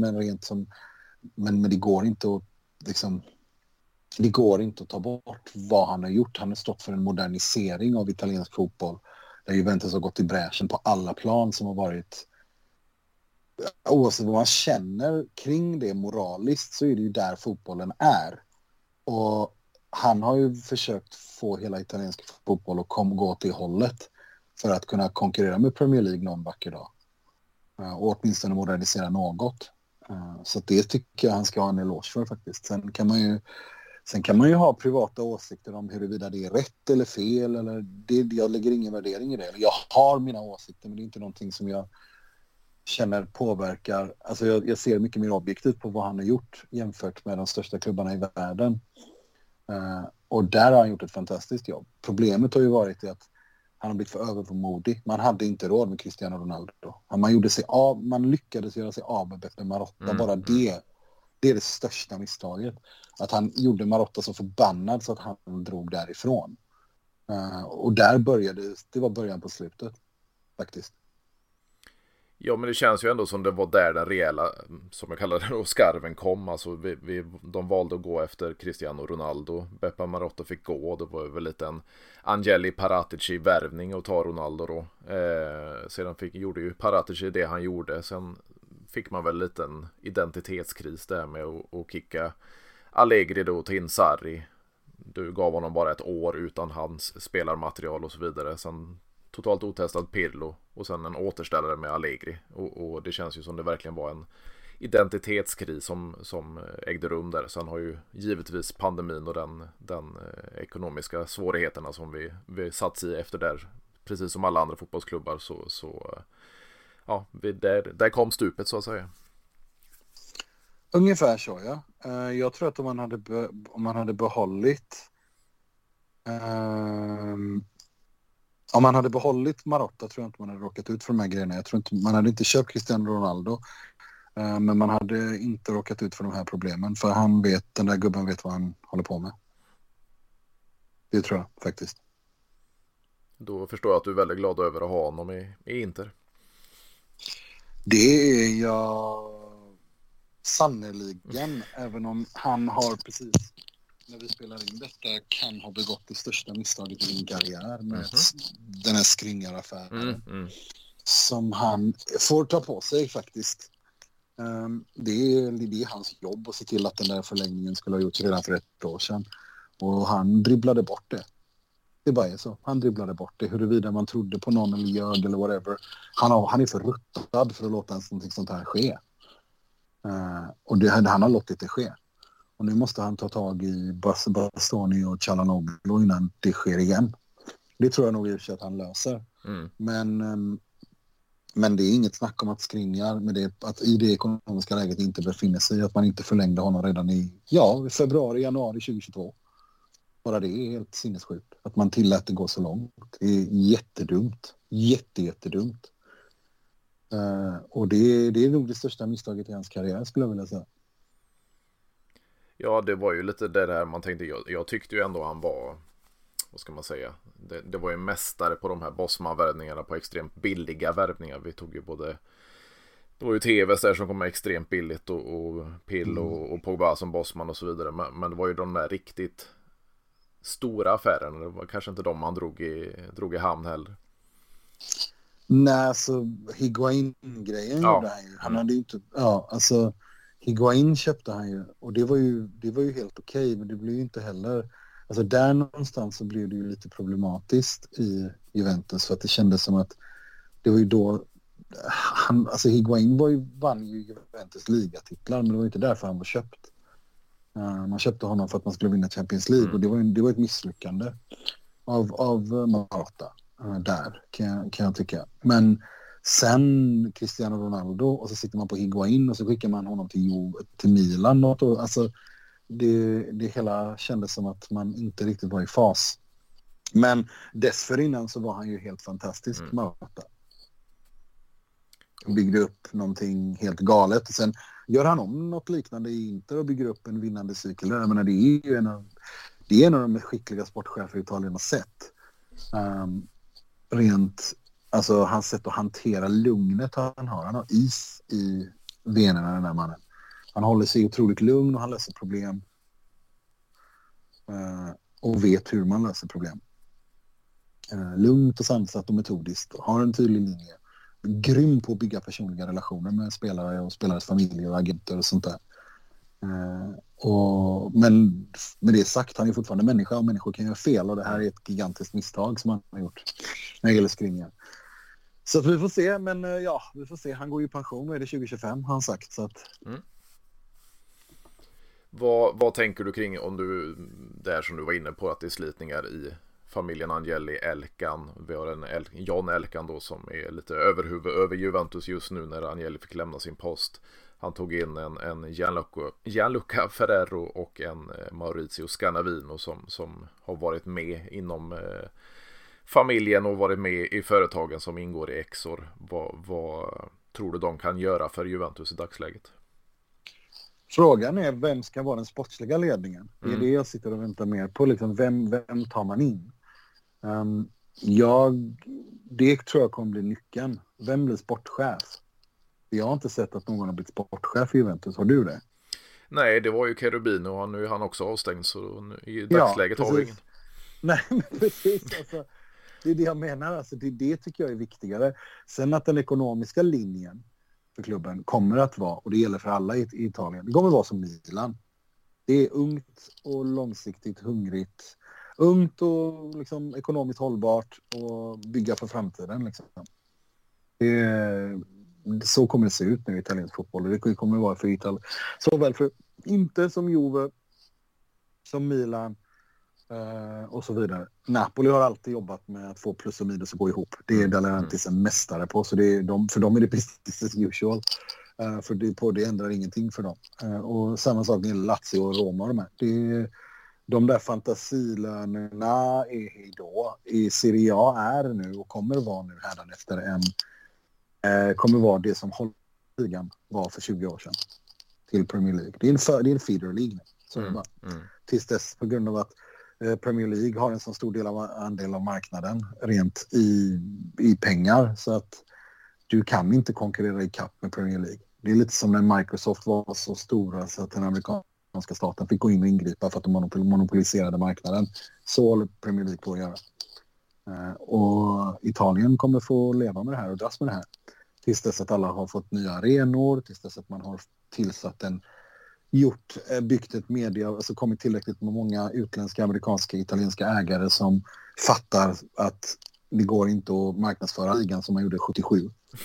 men det går inte att liksom, det går inte att ta bort vad han har gjort. Han har stått för en modernisering av italiensk fotboll där Juventus har gått i bräschen på alla plan som har varit, oavsett vad man känner kring det moraliskt, så är det ju där fotbollen är. Och han har ju försökt få hela italiensk fotboll att gå åt det hållet för att kunna konkurrera med Premier League någon vacker dag. Och åtminstone modernisera något. Så det tycker jag han ska ha en eloge för faktiskt. Sen kan man ju ha privata åsikter om huruvida det är rätt eller fel. Eller jag lägger ingen värdering i det. Jag har mina åsikter, men det är inte någonting som jag känner påverkar. Alltså jag ser mycket mer objektivt på vad han har gjort jämfört med de största klubbarna i världen. Och där har han gjort ett fantastiskt jobb. Problemet har ju varit att han har blivit för övermodig. Man hade inte råd med Cristiano Ronaldo. Man lyckades göra sig av med Beppe Marotta. Bara det är det största misstaget. Att han gjorde Marotta så förbannad så att han drog därifrån. Och det var början på slutet faktiskt. Ja, men det känns ju ändå som det var där den rejäla, som jag kallar det då, skarven kom. Alltså de valde att gå efter Cristiano Ronaldo. Beppe Marotta fick gå. Det var väl lite en Angeli Paratici-värvning att ta Ronaldo då. Sedan gjorde ju Paratici det han gjorde. Sen fick man väl lite en identitetskris där med att kicka Allegri då till Sarri. Du gav honom bara ett år utan hans spelarmaterial och så vidare. Sen totalt otestad Pirlo och sen en återställare med Allegri. Och det känns ju som det verkligen var en identitetskris som ägde rum där. Sen har ju givetvis pandemin och den ekonomiska svårigheterna som vi satt i efter där, precis som alla andra fotbollsklubbar, så ja, där kom stupet så att säga. Ungefär så, ja. Jag tror att om man hade behållit Marotta, tror jag inte man hade råkat ut för de här grejerna. Jag tror inte man hade inte köpt Cristiano Ronaldo, men man hade inte råkat ut för de här problemen, för den där gubben vet vad han håller på med. Det tror jag faktiskt. Då förstår jag att du är väldigt glad över att ha honom i Inter. Det är jag sannoliken, även om han har precis när vi spelar in detta kan ha begått det största misstaget i sin karriär med den här skringaraffären som han får ta på sig faktiskt. Det är hans jobb att se till att den där förlängningen skulle ha gjorts redan för 1 år sedan, och han dribblade bort det. Det bara är så. Han dribblade bort det. Huruvida man trodde på någon eller ljög eller whatever. Han är för ruttad för att låta någonting sånt här ske. Och han har låtit det ske. Och nu måste han ta tag i Bastoni och Çalhanoğlu innan det sker igen. Det tror jag nog i och för sig att han löser. Men det är inget snack om att Skriniar med det, att i det ekonomiska läget inte befinner sig, att man inte förlängde honom redan i februari, januari 2022. Bara det är helt sinnessjukt. Att man tillät det gå så långt. Det är jättedumt. Jättedumt. Och det är nog det största misstaget i hans karriär, skulle jag vilja säga. Ja, det var ju lite det där man tänkte. Jag tyckte ju ändå han var, vad ska man säga, det var ju mästare på de här Bosman-värvningarna, på extremt billiga värvningar. Vi tog ju det var ju TVs där som kom extremt billigt och Pill och Pogba som Bosman och så vidare. Men det var ju de där riktigt stora affärerna. Det var kanske inte de han drog i hamn heller. Nej, så Higuain-grejen gjorde han ju. Han hade ju inte, alltså Higuain köpte han ju, och det var ju helt okej, men det blev ju inte heller, alltså där någonstans så blev det ju lite problematiskt i Juventus, för att det kändes som att det var ju då Higuain vann ju Juventus ligatitlar, men det var ju inte därför han var köpt. Man köpte honom för att man skulle vinna Champions League, och det var ett misslyckande av Marotta där, kan jag tycka. Men sen Cristiano Ronaldo, och så sitter man på Higuain och så skickar man honom till Milan. Alltså det hela kändes som att man inte riktigt var i fas. Men dessförinnan så var han ju helt fantastisk, Marotta. Byggde upp någonting helt galet. Och sen gör han om något liknande i Inter och bygger upp en vinnande cykel. Jag menar, det är ju en av de skickliga sportchefer Italien har sett. Rent Alltså hans sätt att hantera lugnet han har. Han har is i venerna, den där mannen. Han håller sig otroligt lugn och han löser problem. Och vet hur man löser problem. Lugnt och sansat och metodiskt. Har en tydlig linje. Grym på att bygga personliga relationer med spelare och spelares familjer och agenter och sånt där. Men med det sagt, han är fortfarande människa och människor kan göra fel och det här är ett gigantiskt misstag som han har gjort när det gäller skrivningar. Så vi får se, men ja, vi får se. Han går ju i pension, är det 2025 har han sagt. Så att... Vad tänker du kring om du, det här som du var inne på, att det är slitningar i familjen Agnelli, Elkan. Vi har en Jan Elkan då som är lite överhuvud över Juventus just nu när Agnelli fick lämna sin post. Han tog in en Gianluca Ferrero och en Maurizio Scanavino som har varit med inom familjen och varit med i företagen som ingår i Exor. Vad tror du de kan göra för Juventus i dagsläget? Frågan är vem ska vara den sportsliga ledningen? Det är det jag sitter och väntar mer på. Liksom, vem tar man in? Det tror jag kommer bli nyckeln. Vem blir sportchef? Jag har inte sett att någon har blivit sportchef i Juventus. Har du det? Nej, det var ju Cherubino och nu är han också avstängd så i dagsläget har vi ingen. Nej, men precis. Alltså, det är det jag menar. Alltså, det tycker jag är viktigare. Sen att den ekonomiska linjen för klubben kommer att vara, och det gäller för alla i Italien, det kommer att vara som Milan. Det är ungt och långsiktigt hungrigt. Ungt och liksom ekonomiskt hållbart och bygga för framtiden. Liksom. Så kommer det se ut nu i italiensk fotboll. Och det kommer att vara för Italien. Såväl för Inter som Juve, som Milan och så vidare. Napoli har alltid jobbat med att få plus och minus att gå ihop. Det är De Laurentiis en mästare på. Så för dem är det business as usual. För det ändrar ingenting för dem. Och samma sak med Lazio och Roma. De där fantasilönerna är då i Serie A är nu och kommer vara nu hädanefter kommer vara det som ligan var för 20 år sedan till Premier League. Det är en feeder League. Så är det bara. Tills dess, på grund av att Premier League har en så stor andel av marknaden rent i pengar så att du kan inte konkurrera i kapp med Premier League. Det är lite som när Microsoft var så stora så att den amerikanska staten fick gå in och ingripa för att de monopoliserade marknaden. Så håller Premier League på att göra. Och Italien kommer få leva med det här och dras med det här. Tills dess att alla har fått nya arenor, tills dess att man har tillsatt byggt ett media, alltså kommit tillräckligt med många utländska, amerikanska, italienska ägare som fattar att det går inte att marknadsföra ligan som man gjorde 77.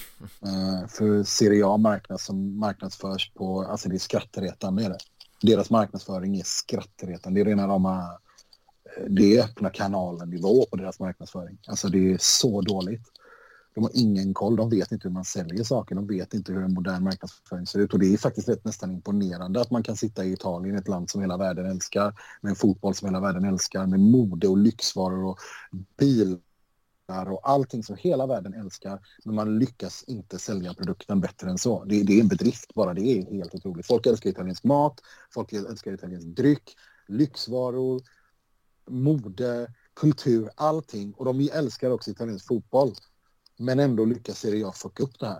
För Serie A marknadsförs på, alltså det är skrattretande är det. Deras marknadsföring är skrattretande. Det är rena rama, det är öppna kanalen-nivå på deras marknadsföring. Alltså det är så dåligt. De har ingen koll, de vet inte hur man säljer saker, de vet inte hur en modern marknadsföring ser ut. Och det är faktiskt nästan imponerande att man kan sitta i Italien, ett land som hela världen älskar, med en fotboll som hela världen älskar, med mode och lyxvaror och bilar och allting som hela världen älskar, men man lyckas inte sälja produkten bättre än så. Det är en bedrift bara, det är helt otroligt. Folk älskar italiensk mat, folk älskar italiensk dryck, lyxvaror, mode, kultur, allting. Och de älskar också italiensk fotboll. Men ändå lyckas Serie A fucka upp det här.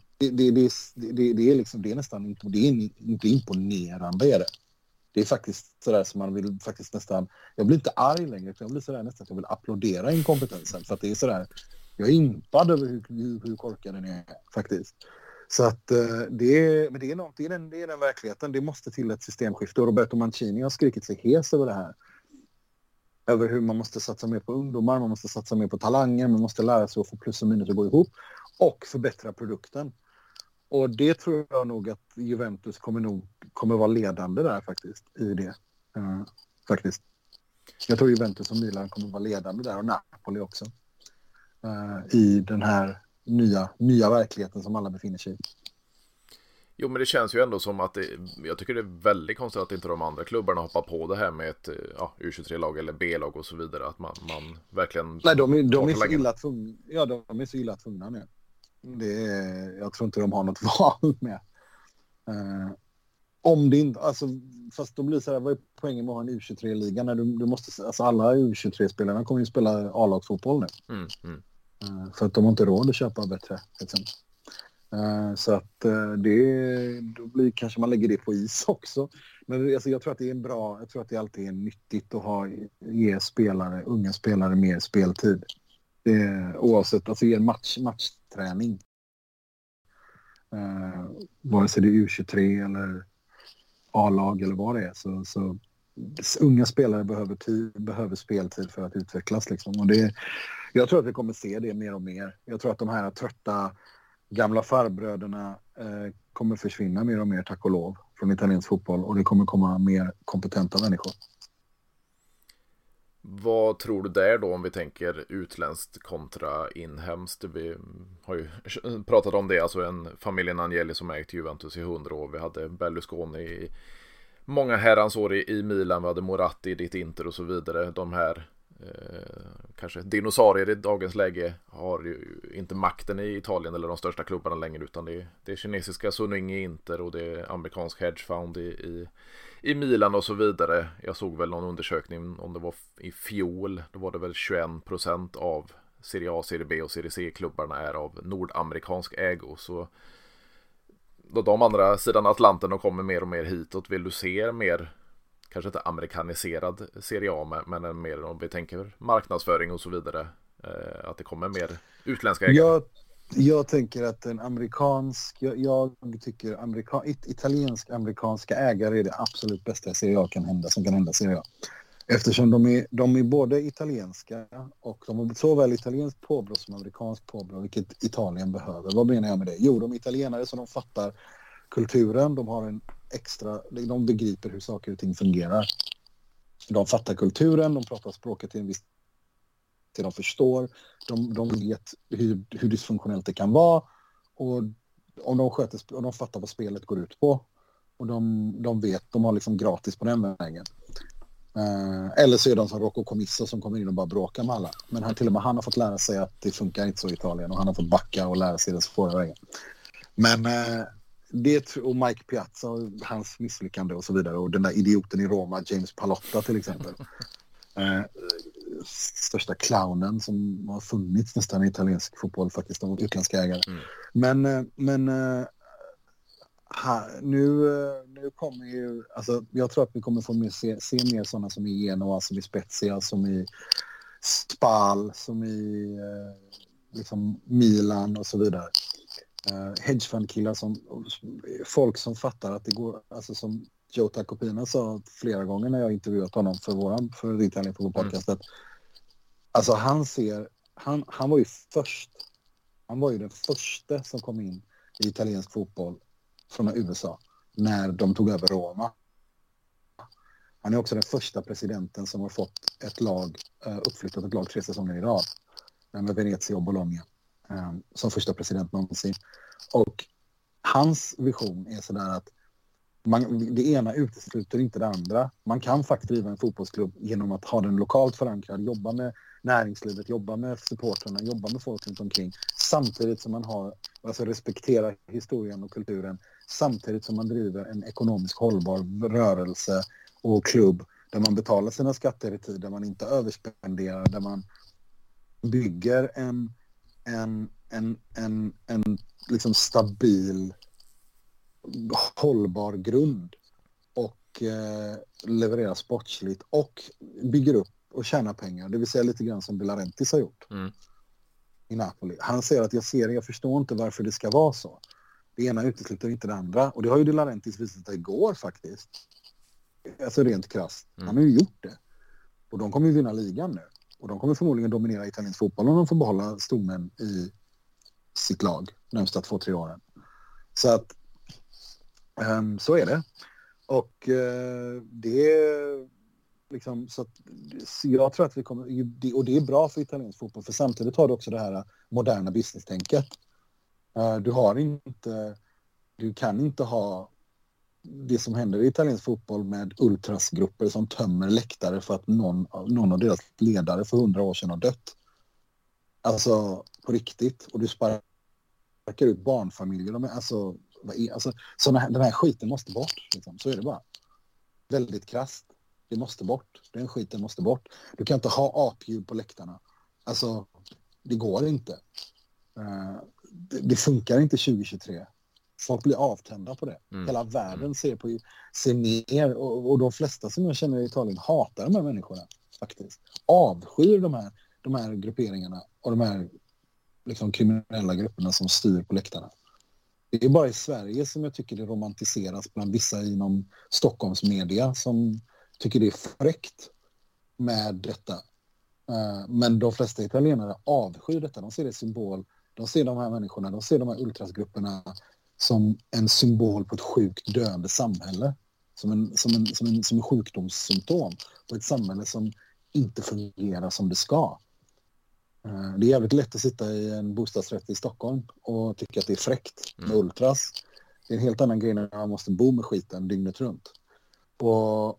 Det är liksom, det är nästan inte imponerande är det. Det är faktiskt sådär som man vill faktiskt nästan, jag blir inte arg längre, för jag blir sådär nästan att jag vill applådera inkompetensen. För att det är sådär, jag är impad över hur korkad den är faktiskt. Så att det är den verkligheten. Det måste till ett systemskifte. Och Roberto Mancini har skrikit sig hes över det här. Över hur man måste satsa mer på ungdomar, man måste satsa mer på talanger, man måste lära sig att få plus och minus att gå ihop och förbättra produkten. Och det tror jag nog att Juventus kommer vara ledande där faktiskt i det. Faktiskt. Jag tror Juventus och Milan kommer vara ledande där och Napoli också. I den här nya verkligheten som alla befinner sig i. Jo, men det känns ju ändå som att jag tycker det är väldigt konstigt att inte de andra klubbarna hoppar på det här med ett U23-lag eller B-lag och så vidare. Att man verkligen... Nej, de är så illa tvungna. Ja, de är så illa tvungna nu. Jag tror inte de har något val med. Om det inte... Alltså, fast då blir det så här, vad är poängen med att ha en U23-liga? När du måste, alltså alla U23-spelarna kommer ju spela A-lagsfotboll nu. För att de har inte råd att köpa bättre. Liksom. Så att då blir kanske man lägger det på is också. Men alltså, jag tror att det är jag tror att det alltid är nyttigt att ge unga spelare mer speltid. Oavsett, alltså ge en matchträning. Vare sig det är U23 eller A-lag eller vad det är. Så unga spelare behöver speltid för att utvecklas. Liksom. Och jag tror att vi kommer se det mer och mer. Jag tror att de här trötta gamla farbröderna kommer försvinna mer och mer, tack och lov, från italiensk fotboll. Och det kommer komma mer kompetenta människor. Vad tror du där då om vi tänker utländskt kontra inhemskt? Vi har ju pratat om det, alltså familjen Agnelli som ägt Juventus i 100 år. Vi hade Berlusconi i många herrans år i Milan, vi hade Moratti i ditt Inter och så vidare. De här kanske dinosaurier i dagens läge har ju inte makten i Italien eller de största klubbarna längre, utan det är kinesiska Suning i Inter och det är amerikansk hedgefond i Milan och så vidare. Jag såg väl någon undersökning om det var i fjol, då var det väl 21% av Serie A, Serie B och Serie C-klubbarna är av nordamerikansk ägo. Så då de andra sidan Atlanten och kommer mer och mer hitåt, vill du se mer, kanske inte amerikaniserad Serie A, men mer om vi tänker marknadsföring och så vidare, att det kommer mer utländska ägare? Jag tänker att jag tycker italiensk-amerikanska ägare är det absolut bästa Serie A som kan hända Serie A. Eftersom de är både italienska och de har såväl italienskt påbrå som amerikanskt påbrå, vilket Italien behöver. Vad menar jag med det? Jo, de är italienare så de fattar kulturen, de begriper hur saker och ting fungerar. De fattar kulturen, de pratar språket till en viss till de förstår, de vet hur dysfunktionellt det kan vara, och om de fattar vad spelet går ut på, och de vet, de har liksom gratis på den vägen. Eller så är de som Rocco Commisso som kommer in och bara bråkar med alla. Men han har fått lära sig att det funkar inte så i Italien, och han har fått backa och lära sig den svåra vägen. Men och Mike Piazza och hans misslyckande och så vidare, och den där idioten i Roma, James Pallotta till exempel. Största clownen som har funnits nästan i italiensk fotboll faktiskt, av utländska ägare. Nu kommer ju, alltså jag tror att vi kommer få se mer sådana som i Genoa, som i Spezia, som i Spal, som i liksom Milan och så vidare. Hedgefund-killar, folk som fattar att det går, alltså som Joe Tacopina sa flera gånger när jag intervjuat honom för Italien på podcastet. Alltså han var ju först. Han var ju den första som kom in i italiensk fotboll från USA när de tog över Roma. Han är också den första presidenten som har fått uppflyttat ett lag 3 säsonger i rad. Med Venezia och Bologna. Som första president någonsin. Och hans vision är sådär att det ena utesluter inte det andra. Man kan faktiskt driva en fotbollsklubb genom att ha den lokalt förankrad, jobba med näringslivet, jobba med supporterna, jobba med folk runt omkring, samtidigt som man respekterar historien och kulturen, samtidigt som man driver en ekonomiskt hållbar rörelse och klubb där man betalar sina skatter i tid, där man inte överspenderar, där man bygger en liksom stabil, hållbar grund och levererar sportsligt och bygger upp och tjänar pengar. Det vill säga lite grann som De Laurentiis har gjort i Napoli. Han säger att jag förstår inte varför det ska vara så. Det ena utesluter inte det andra. Och det har ju De Laurentiis visat igår faktiskt. Alltså rent krasst. Han har ju gjort det. Och de kommer ju vinna ligan nu. Och de kommer förmodligen dominera italiensk fotboll om de får behålla stommen i sitt lag närmsta 2-3 åren. Så att så är det. Och det är liksom, så jag tror att vi kommer, och det är bra för italiensk fotboll, för samtidigt har du också det här moderna business-tänket. Du kan inte ha det som händer i italiensk fotboll med ultrasgrupper som tömmer läktare för att någon av deras ledare för 100 år sedan har dött. Alltså på riktigt. Och du sparkar ut barnfamiljer. Den här skiten måste bort. Liksom. Så är det bara. Väldigt krasst. Det måste bort. Den skiten måste bort. Du kan inte ha apljud på läktarna. Alltså, Det går inte. Det funkar inte 2023. Folk blir avtända på det. Hela världen ser ner och de flesta som jag känner i Italien hatar de här människorna faktiskt. Avskyr de här grupperingarna och de här liksom kriminella grupperna som styr på läktarna. Det är bara i Sverige som jag tycker det romantiseras bland vissa inom Stockholms media som tycker det är fräckt med detta. Men de flesta italienare avskyr detta. De ser det symbol. De ser de här människorna, de ser de här ultrasgrupperna som en symbol på ett sjukt döende samhälle. Som en sjukdomssymptom på ett samhälle som inte fungerar som det ska. Det är jävligt lätt att sitta i en bostadsrätt i Stockholm och tycka att det är fräckt med ultras. Det är en helt annan grej när man måste bo med skiten dygnet runt. Och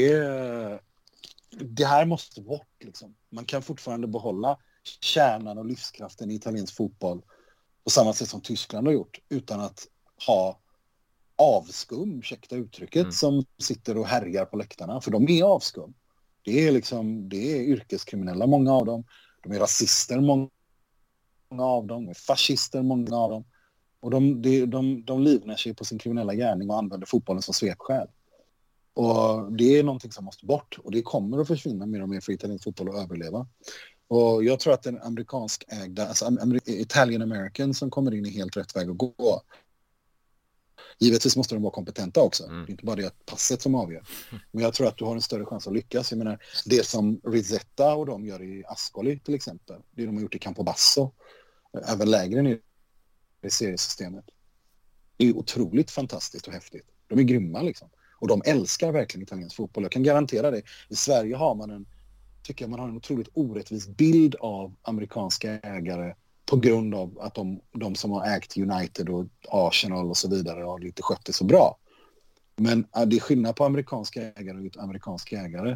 det här måste bort liksom. Man kan fortfarande behålla kärnan och livskraften i italiensk fotboll på samma sätt som Tyskland har gjort utan att ha avskum, ursäkta uttrycket, som sitter och härjar på läktarna. För de är avskum. Det är yrkeskriminella, många av dem. De är rasister, många av dem. De är fascister, många av dem. Och de livnär sig på sin kriminella gärning och använder fotbollen som svepskäl. Och det är någonting som måste bort. Och det kommer att försvinna mer och mer för italiensk fotboll att överleva. Och jag tror att den amerikansk ägda, alltså Italian American som kommer in i helt rätt väg att gå. Givetvis måste de vara kompetenta också. Det är inte bara det passet som avgör. Men jag tror att du har en större chans att lyckas. Jag menar, det som Rizzetta och de gör i Ascoli till exempel. Det de har gjort i Campobasso. Även lägre ner i seriesystemet. Det är otroligt fantastiskt och häftigt. De är grymma liksom. Och de älskar verkligen italiensk fotboll. Jag kan garantera det. I Sverige har man en otroligt orättvis bild av amerikanska ägare på grund av att de som har ägt United och Arsenal och så vidare har inte skött det så bra. Men det är skillnad på amerikanska ägare och amerikanska ägare.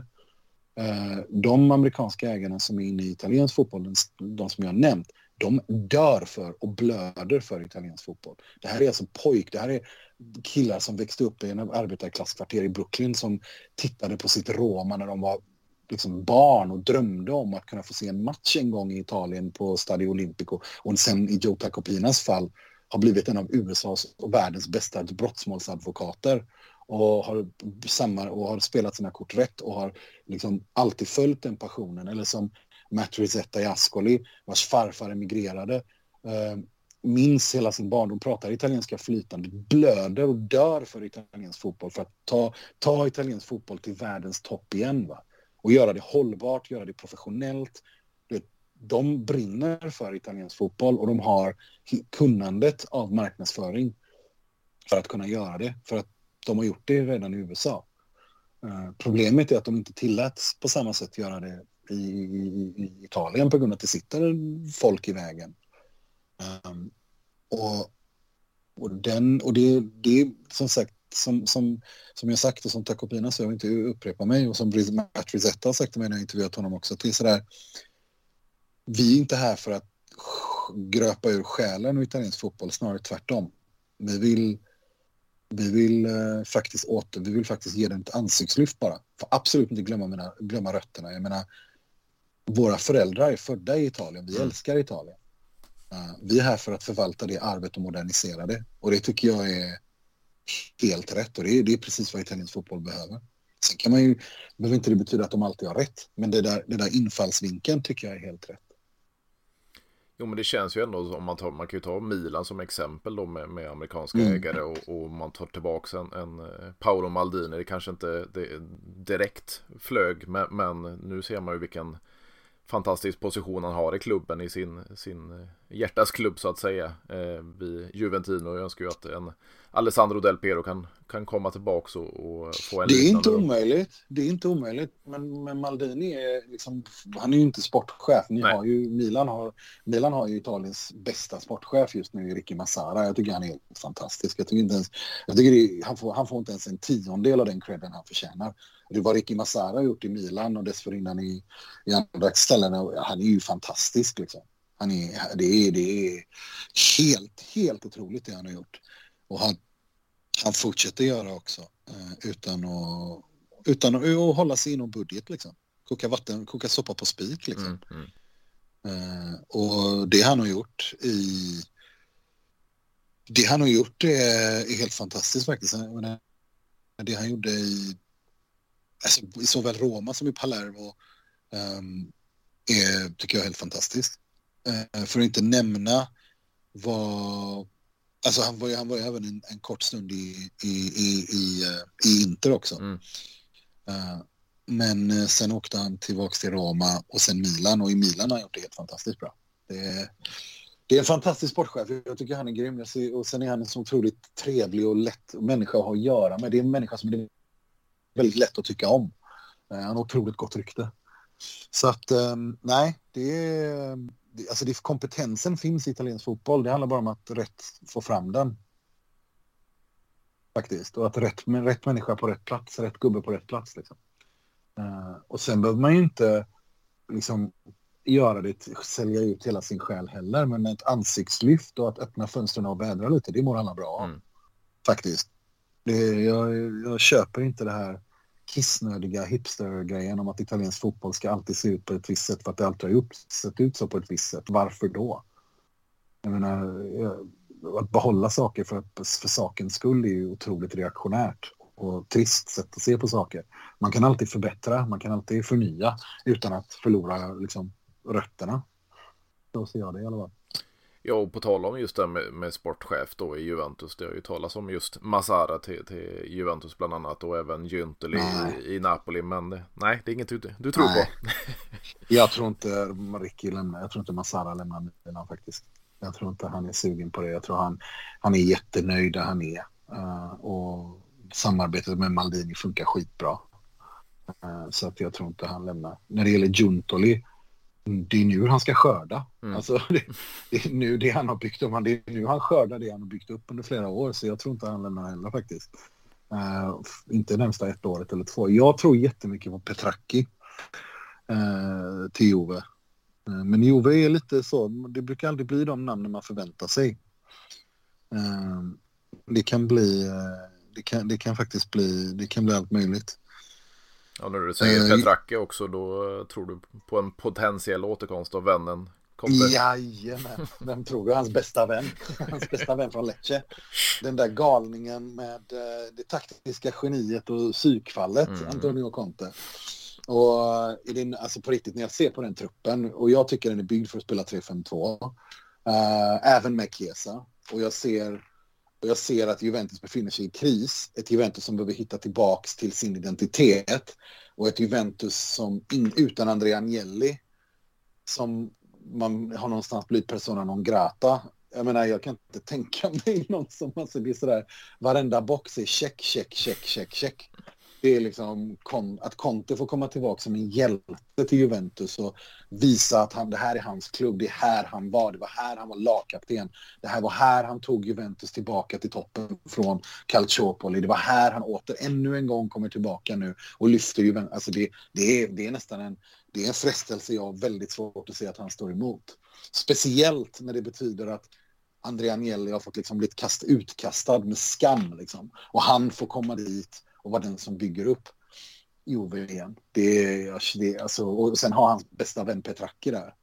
De amerikanska ägarna som är inne i italiensk fotboll, de som jag har nämnt, de dör för och blöder för italiensk fotboll. Det här är alltså det här är killar som växte upp i en arbetarklasskvarter i Brooklyn som tittade på sitt Roma när de var liksom barn och drömde om att kunna få se en match en gång i Italien på Stadio Olimpico och sen i Joe Tacopinas fall har blivit en av USAs och världens bästa brottsmålsadvokater och har spelat sina kort rätt och har liksom alltid följt den passionen. Eller som Matt Rizzetta i Ascoli, vars farfar emigrerade, minns hela sin barndom, pratar italienska flytande, blöder och dör för italiensk fotboll för att ta italiensk fotboll till världens topp igen, va? Och göra det hållbart, göra det professionellt. De brinner för italiensk fotboll och de har kunnandet av marknadsföring för att kunna göra det. För att de har gjort det redan i USA. Problemet är att de inte tilläts på samma sätt göra det i Italien på grund av att det sitter folk i vägen. Det är som sagt som jag sagt och som Tacopina så jag vill inte upprepa mig och som Matt Rizzetta har sagt till mig när jag intervjuat honom också, det är sådär, vi är inte här för att gröpa ur själen och italiensk fotboll, snarare tvärtom. Vi vill faktiskt ge den ett ansiktslyft bara. Får absolut inte glömma rötterna. Jag menar, våra föräldrar är födda i Italien, vi älskar Italien. Vi är här för att förvalta det arvet och modernisera det. Och det tycker jag är helt rätt. Och det är precis vad italiensk fotboll behöver. Sen behöver inte det betyda att de alltid har rätt. Men det där infallsvinkeln tycker jag är helt rätt. Jo, men det känns ju ändå om man kan ju ta Milan som exempel då med amerikanska ägare och man tar tillbaka en Paolo Maldini. Det kanske inte direkt flög, men nu ser man ju vilken fantastisk position han har i klubben, i sin hjärtas klubb så att säga, vid Juventino. Jag önskar ju att en Alessandro Del Piero kan komma tillbaka och få en liknande. Det är inte omöjligt, men Maldini är liksom, han är ju inte sportchef. Milan har ju Italiens bästa sportchef just nu, Ricky Massara. Jag tycker han är helt fantastisk. Han får inte ens en tiondel av den credden han förtjänar. Det var Ricky Massara har gjort i Milan och dessförinnan i andra ställen. Han är ju fantastisk liksom. Det är helt otroligt det han har gjort. Och han fortsätter göra också utan att hålla sig inom budget liksom. Koka soppa på spik liksom. Och det han har gjort är helt fantastiskt faktiskt. Det han gjorde i såväl Roma som i Palermo tycker jag är helt fantastiskt. För att inte nämna alltså han var ju även en kort stund i Inter också. Men sen åkte han tillbaka till Roma och sen Milan, och i Milan har han gjort det helt fantastiskt bra. Det är en fantastisk sportchef. Jag tycker han är grym. Och sen är han en så otroligt trevlig och lätt människa att ha att göra med. Det är en människa som är väldigt lätt att tycka om. Han har otroligt gott rykte. Så att, nej, kompetensen finns i italiensk fotboll. Det handlar bara om att rätt få fram den. Faktiskt. Och att rätt människa på rätt plats, rätt gubbe på rätt plats. Liksom. Och sen behöver man ju inte liksom göra det, sälja ut hela sin själ heller, men ett ansiktslyft och att öppna fönstren och vädra lite, det mår alla bra av. Faktiskt. Jag köper inte det här kissnödiga hipster-grejen om att italiensk fotboll ska alltid se ut på ett visst sätt för att det alltid har sett ut så på ett visst sätt. Varför då? Jag menar, att behålla saker för sakens skull är ju otroligt reaktionärt och trist sätt att se på saker. Man kan alltid förbättra, man kan alltid förnya utan att förlora liksom rötterna. Så ser jag det i alla fall. Ja, och på tal om just det med sportchef då i Juventus, det har ju talats om just Massara till Juventus bland annat, och även Gynteli i Napoli, men nej, det är inget du tror på. Jag tror inte Ricky lämnar, jag tror inte Massara lämnar Milan faktiskt. Jag tror inte han är sugen på det. Jag tror han är jättenöjd där han är. Och samarbetet med Maldini funkar skitbra. Så att jag tror inte han lämnar. När det gäller Giuntoli, det är nu han ska skörda. Alltså, det är nu det han har byggt upp. Det är nu han skördar det han har byggt upp under flera år. Så jag tror inte han lämnar heller faktiskt. Inte närmsta 1 året eller 2. Jag tror jättemycket på Petracchi till Juve. Men Juve är lite så, det brukar aldrig bli de namnen man förväntar sig. Det kan bli allt möjligt. Ja, när du säger Petracchi också, då tror du på en potentiell återkomst av vännen Conte? Jajamän, vem tror du? Hans bästa vän. Hans bästa vän från Lecce. Den där galningen med det taktiska geniet och psykfallet, Antonio Conte. Och alltså på riktigt, när jag ser på den truppen, och jag tycker den är byggd för att spela 3-5-2, även med Chiesa, och jag ser att Juventus befinner sig i kris, ett Juventus som behöver hitta tillbaks till sin identitet, och ett Juventus som utan Andrea Agnelli, som man har någonstans blivit persona non grata. Jag menar, jag kan inte tänka mig någon som alltså blir sådär, varenda box är check. Det är liksom att Conte får komma tillbaka som en hjälte till Juventus och visa att det här är hans klubb, det är här han var, det var här han var lagkapten, det här var här han tog Juventus tillbaka till toppen från Calciopoli, det var här han ännu en gång kommer tillbaka nu och lyfter Juventus. Alltså det är nästan en frestelse jag har väldigt svårt att se att han står emot. Speciellt när det betyder att Andrea Agnelli har fått liksom blivit utkastad med skam liksom, och han får komma dit och vara den som bygger upp Juve igen. Alltså, och sen har hans bästa vän Petracchi där.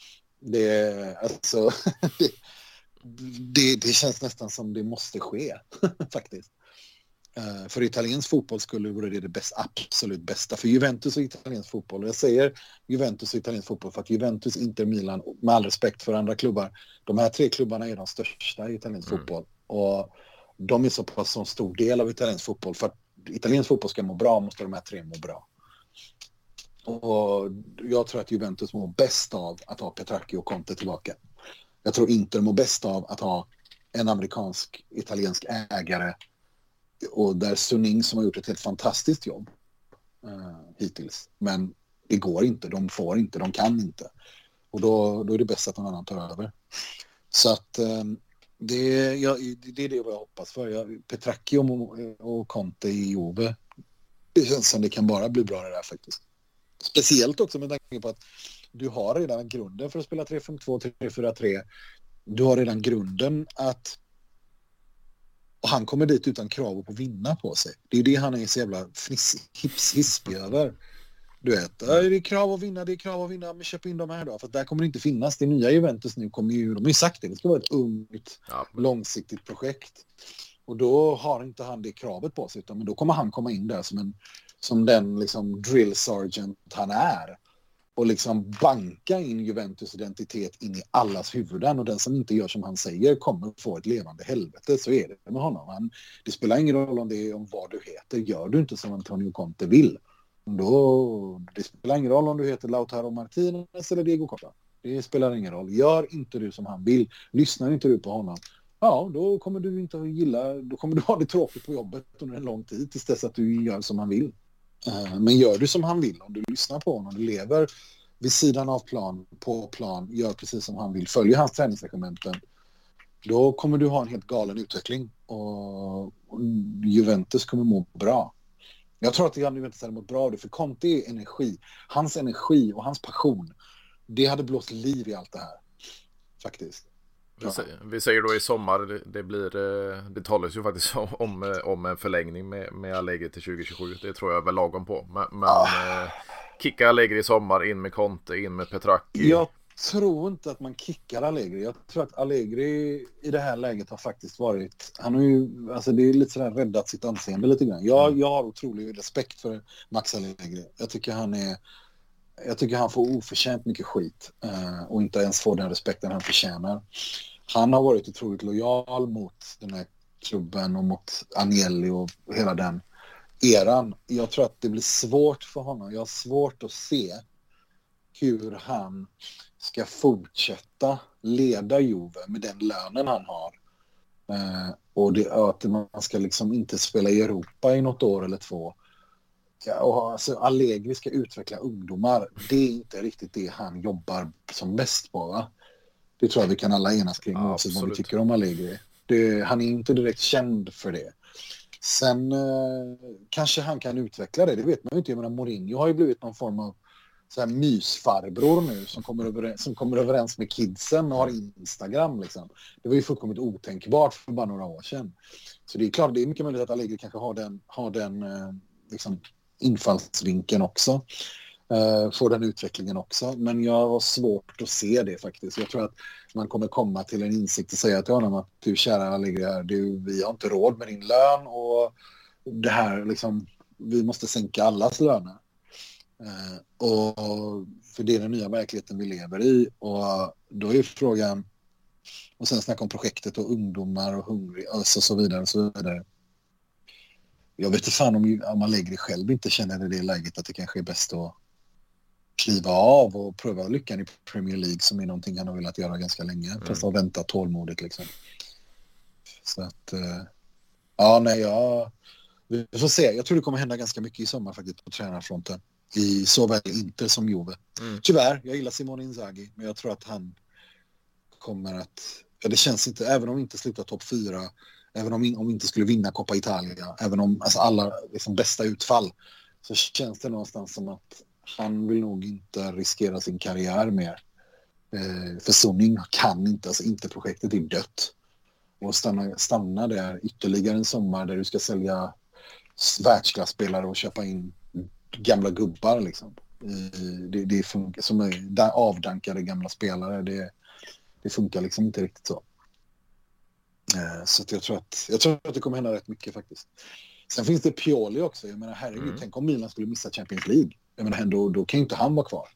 Det känns nästan som det måste ske faktiskt. För italiensk fotboll vore det absolut bästa. För Juventus och italiensk fotboll. Och jag säger Juventus och italiensk fotboll för att Juventus, Inter, Milan, med all respekt för andra klubbar, de här 3 klubbarna är de största i italiensk fotboll. Och de är så pass en stor del av italiensk fotboll. För att italiensk fotboll ska må bra måste de här 3 må bra. Och jag tror att Juventus mår bäst av att ha Petracchi och Conte tillbaka. Jag tror Inter mår bäst av att ha en amerikansk-italiensk ägare, och där Suning som har gjort ett helt fantastiskt jobb hittills. Men det går inte, de får inte, de kan inte. Och då är det bäst att någon annan tar över. Så att det är det jag hoppas för. Petracchi och Conte i Juve, det känns som det kan bara bli bra det där faktiskt. Speciellt också med tanke på att du har redan grunden för att spela 3-5-2, 3-4-3. Du har redan grunden att, och han kommer dit utan krav på att vinna på sig. Det är det han är så jävla hispig över. Du vet, det är krav att vinna, men köp in de här då. För där kommer det inte finnas. Det nya Juventus nu kommer ju, de har ju sagt det ska vara ett ungt, långsiktigt projekt. Och då har inte han det kravet på sig, utan men då kommer han komma in där som den liksom drill sergeant han är. Och liksom banka in Juventus identitet in i allas huvuden. Och den som inte gör som han säger kommer få ett levande helvete. Så är det med honom. Det spelar ingen roll om vad du heter. Gör du inte som Antonio Conte vill. Det spelar ingen roll om du heter Lautaro Martinez eller Diego Costa. Det spelar ingen roll. Gör inte du som han vill. Lyssnar inte du på honom. Ja, då kommer du inte att gilla. Då kommer du ha det tråkigt på jobbet under en lång tid tills dess att du gör som han vill. Men gör du som han vill, om du lyssnar på honom, du lever vid sidan av plan, på plan, gör precis som han vill, följer hans träningsrekommendationen, då kommer du ha en helt galen utveckling och Juventus kommer må bra. Jag tror att Juventus hade mått bra av det, för Conte är energi och hans passion, det hade blåst liv i allt det här faktiskt. Vi säger då i sommar, det talas ju faktiskt om en förlängning med Allegri till 2027. Det tror jag är väl lagom på. Men kicka Allegri i sommar, in med Conte, in med Petracchi. Jag tror inte att man kickar Allegri. Jag tror att Allegri i det här läget har faktiskt varit, han har ju, alltså det är lite sådär räddat sitt anseende lite grann. Jag har otrolig respekt för Max Allegri. Jag tycker han får oförtjänt mycket skit och inte ens får den respekten han förtjänar. Han har varit otroligt lojal mot den här klubben och mot Agnelli och hela den eran. Jag tror att det blir svårt för honom. Jag har svårt att se hur han ska fortsätta leda Juve med den lönen han har. Och att man ska liksom inte spela i Europa i något år eller två. Ja, och alltså Allegri ska utveckla ungdomar. Det är inte riktigt det han jobbar som bäst på, va? Det tror jag vi kan alla enas kring, oavsett vad vi tycker om Allegri. Han är inte direkt känd för det. Sen kanske han kan utveckla det vet man ju inte. Jag menar, Mourinho har ju blivit någon form av så här mysfarbror nu som kommer överens med kidsen och har Instagram liksom. Det var ju fullkomligt otänkbart för bara några år sedan. Så det är klart, det är mycket möjligt att Allegri kanske har den liksom infallsvinkeln också. Får den utvecklingen också. Men jag har svårt att se det faktiskt. Jag tror att man kommer komma till en insikt och säga till honom att du kära Allegri här, vi har inte råd med din lön och det här liksom, vi måste sänka allas löner. Och för det är den nya verkligheten vi lever i, och då är frågan, och sen snacka om projektet och ungdomar och hungrig och så vidare och så vidare. Jag vet inte fan om Allegri själv inte känner i det läget att det kanske är bäst att kliva av och pröva lyckan i Premier League, som är någonting han har velat göra ganska länge, fast har väntat tålmodigt liksom. Så att vi får se. Jag tror det kommer hända ganska mycket i sommar faktiskt på tränarfronten i såväl Inter som Juve. Tyvärr, jag gillar Simone Inzaghi, men jag tror att han kommer att, det känns inte, även om vi inte slutar topp 4, även om vi inte skulle vinna Coppa Italia, även om alltså alla liksom bästa utfall, så känns det någonstans som att han vill nog inte riskera sin karriär mer. För Sonning kan inte, alltså inte, projektet är dött. Och stanna där ytterligare en sommar där du ska sälja världsklasspelare och köpa in gamla gubbar liksom. Det funkar som avdankade gamla spelare. Det funkar liksom inte riktigt så. Så att jag tror att det kommer hända rätt mycket faktiskt. Sen finns det Pioli också. Jag menar, herregud, tänk om Milan skulle missa Champions League. Jag menar, då kan ju inte han vara kvar.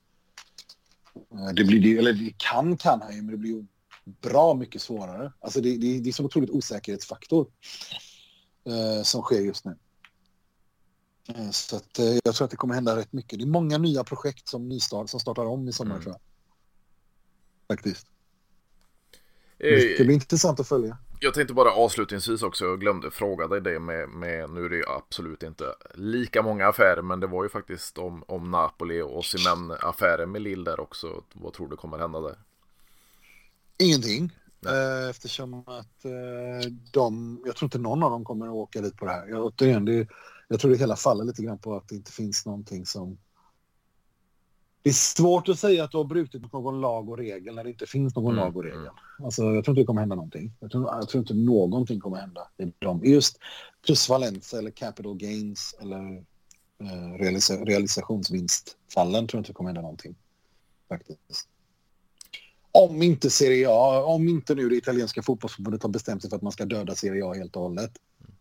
Det kan han ju, men det blir ju bra mycket svårare. Alltså det är så otroligt osäkerhetsfaktor som sker just nu. Så att jag tror att det kommer hända rätt mycket. Det är många nya projekt som startar om i sommar, tror jag. Faktiskt. Det blir intressant att följa. Jag tänkte bara avslutningsvis också, jag glömde fråga dig det med nu är det ju absolut inte lika många affärer, men det var ju faktiskt om Napoli och Osimhen-affären med Lille där också. Vad tror du kommer hända där? Ingenting. Eftersom att jag tror inte någon av dem kommer att åka dit på det här. Jag tror det hela faller lite grann på att det inte finns någonting som... Det är svårt att säga att du har brutit mot någon lag och regel när det inte finns någon lag och regel. Alltså, jag tror inte det kommer hända någonting. Jag tror inte någonting kommer hända i dem. Just plus Valencia eller Capital Gains eller realisationsvinstfallen tror jag inte kommer hända någonting faktiskt. Om inte Serie A, om inte nu det italienska fotbollsförbundet har bestämt sig för att man ska döda Serie A helt och hållet.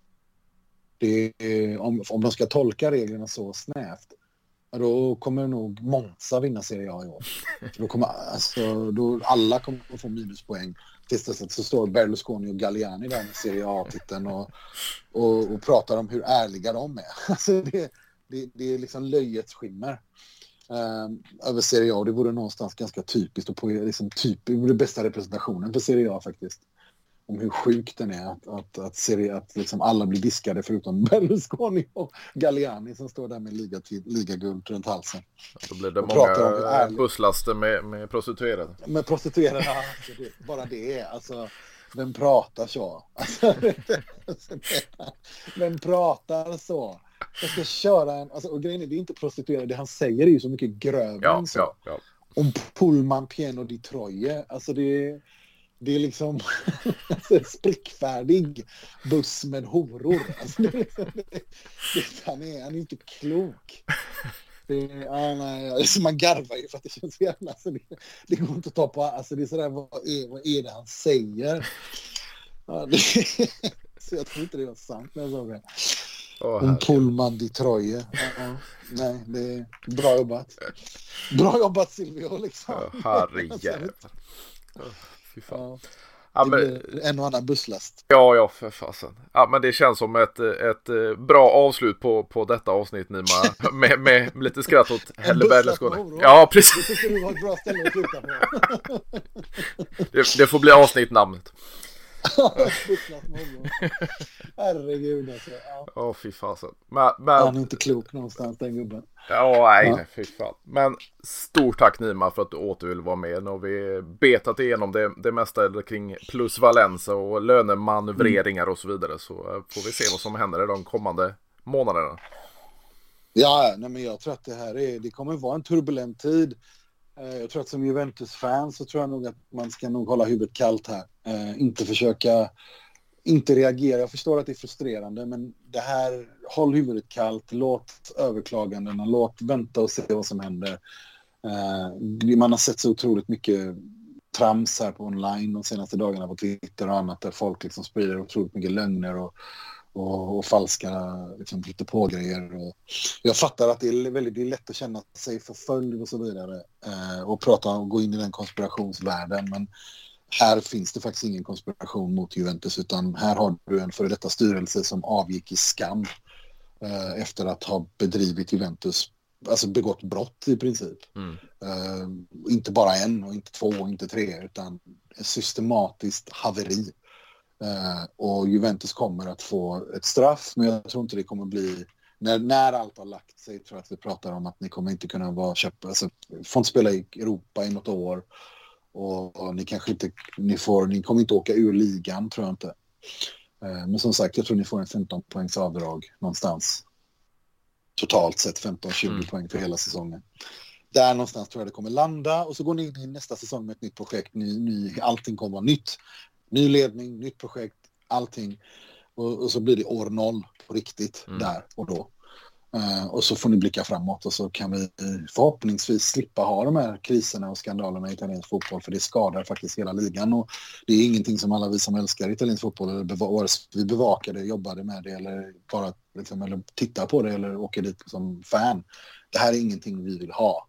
Om de ska tolka reglerna så snävt, då kommer nog Monza vinna Serie A i år. Då alla kommer att få minuspoäng. Tills dess att så står Berlusconi och Galliani där med Serie A-titeln och pratar om hur ärliga de är. Alltså det är liksom löjets skimmer över Serie A. Det vore någonstans ganska typiskt och på liksom det vore bästa representationen för Serie A faktiskt. Om hur sjukt den är att liksom alla blir diskade förutom Berlusconi och Galliani som står där med ligaguld runt halsen. Då blir det många busslaster med prostituerade. Med prostituerade, bara det. Alltså, vem pratar så? Alltså, vem pratar så? Jag ska köra och grejen är, det är inte prostituerade. Det han säger är ju så mycket grövre än så. Ja. Om Pullman, Pieno di Troje. Alltså det är liksom en sprickfärdig buss med horor. Alltså han är inte klok. Man garvar ju för att det känns jävla. Alltså det går inte att ta på. Alltså det är sådär, vad är det han säger? Så jag tror inte det var sant när jag såg det. Om Pullman di Troje. Nej, det är bra jobbat. Bra jobbat Silvio liksom. Herrejävlar. Fy fan. Ja, men en och annan busslast. Ja, för fasen. Ja, men det känns som ett bra avslut på detta avsnitt, Nima. med lite skratt åt Helle Berlusconi. Ja, precis. Det tycker du var ett bra ställe att sluta på. Det får bli avsnittnamnet. Herregud alltså. Ja, fy fasen. Han är inte klok någonstans, den gubben. Nej, fy fan. Men stort tack Nima för att du åter vill vara med. Nu har vi betat igenom det mesta kring plus Valenza och lönemanövreringar och så vidare. Så får vi se vad som händer i de kommande månaderna. Ja, nej, men jag tror att det kommer vara en turbulent tid. Jag tror att som Juventus-fan så tror jag nog att man ska nog hålla huvudet kallt här. Inte reagera. Jag förstår att det är frustrerande, men det här, håll huvudet kallt, låt överklagandena, låt vänta och se vad som händer. Man har sett så otroligt mycket trams här på online de senaste dagarna på Twitter och annat där folk liksom sprider otroligt mycket lögner och falska liksom, lite på grejer. Och jag fattar att det är lätt att känna sig förföljd och så vidare och prata och gå in i den konspirationsvärlden, men här finns det faktiskt ingen konspiration mot Juventus, utan här har du en före detta styrelse som avgick i skam efter att ha bedrivit Juventus, alltså begått brott i princip. Inte bara en och inte två och inte tre, utan ett systematiskt haveri. Och Juventus kommer att få ett straff, men jag tror inte det kommer bli när allt har lagt sig. Tror jag att vi pratar om att ni kommer inte kunna vara köpa, alltså, får inte spela i Europa i något år och ni kanske inte ni kommer inte åka ur ligan, tror jag inte. Men som sagt, jag tror ni får en 15 poängs avdrag någonstans totalt sett, 15-20 poäng för hela säsongen. Där någonstans tror jag det kommer landa, och så går ni in i nästa säsong med ett nytt projekt. Allting kommer vara nytt. Ny ledning, nytt projekt, allting. Och så blir det år 0 på riktigt där och då. Och så får ni blicka framåt, och så kan vi förhoppningsvis slippa ha de här kriserna och skandalerna i italiensk fotboll, för det skadar faktiskt hela ligan, och det är ingenting som alla vi som älskar italiensk fotboll eller vi bevakar det, jobbade med det eller bara liksom, eller tittar på det eller åker dit som fan. Det här är ingenting vi vill ha.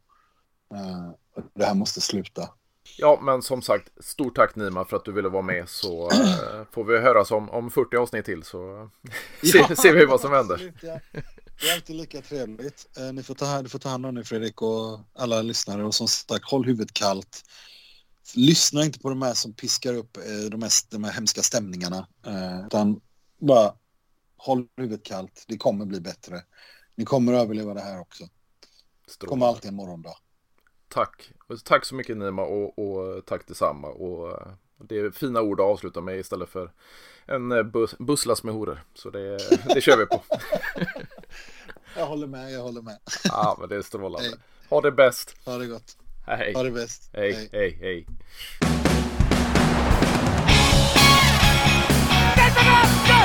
Det här måste sluta. Ja, men som sagt, stort tack Nima för att du ville vara med, så får vi höras om 40 avsnitt till, så ser vi vad som händer. Absolut, ja. Det är alltid lika trevligt. Du får ta hand om dig, Fredrik, och alla lyssnare, och som sagt, håll huvudet kallt. Lyssna inte på de här som piskar upp de här hemska stämningarna, utan bara håll huvudet kallt. Det kommer bli bättre. Ni kommer att överleva det här också. Det kommer alltid en morgondag. Tack så mycket Nima, och tack detsamma, och det är fina ord att avsluta med istället för en busslast med horor, så det kör vi på. Jag håller med. Ja, men det är strålande. Hej. Ha det bäst. Ha det gott. Hej. Ha det bäst. Hej. Get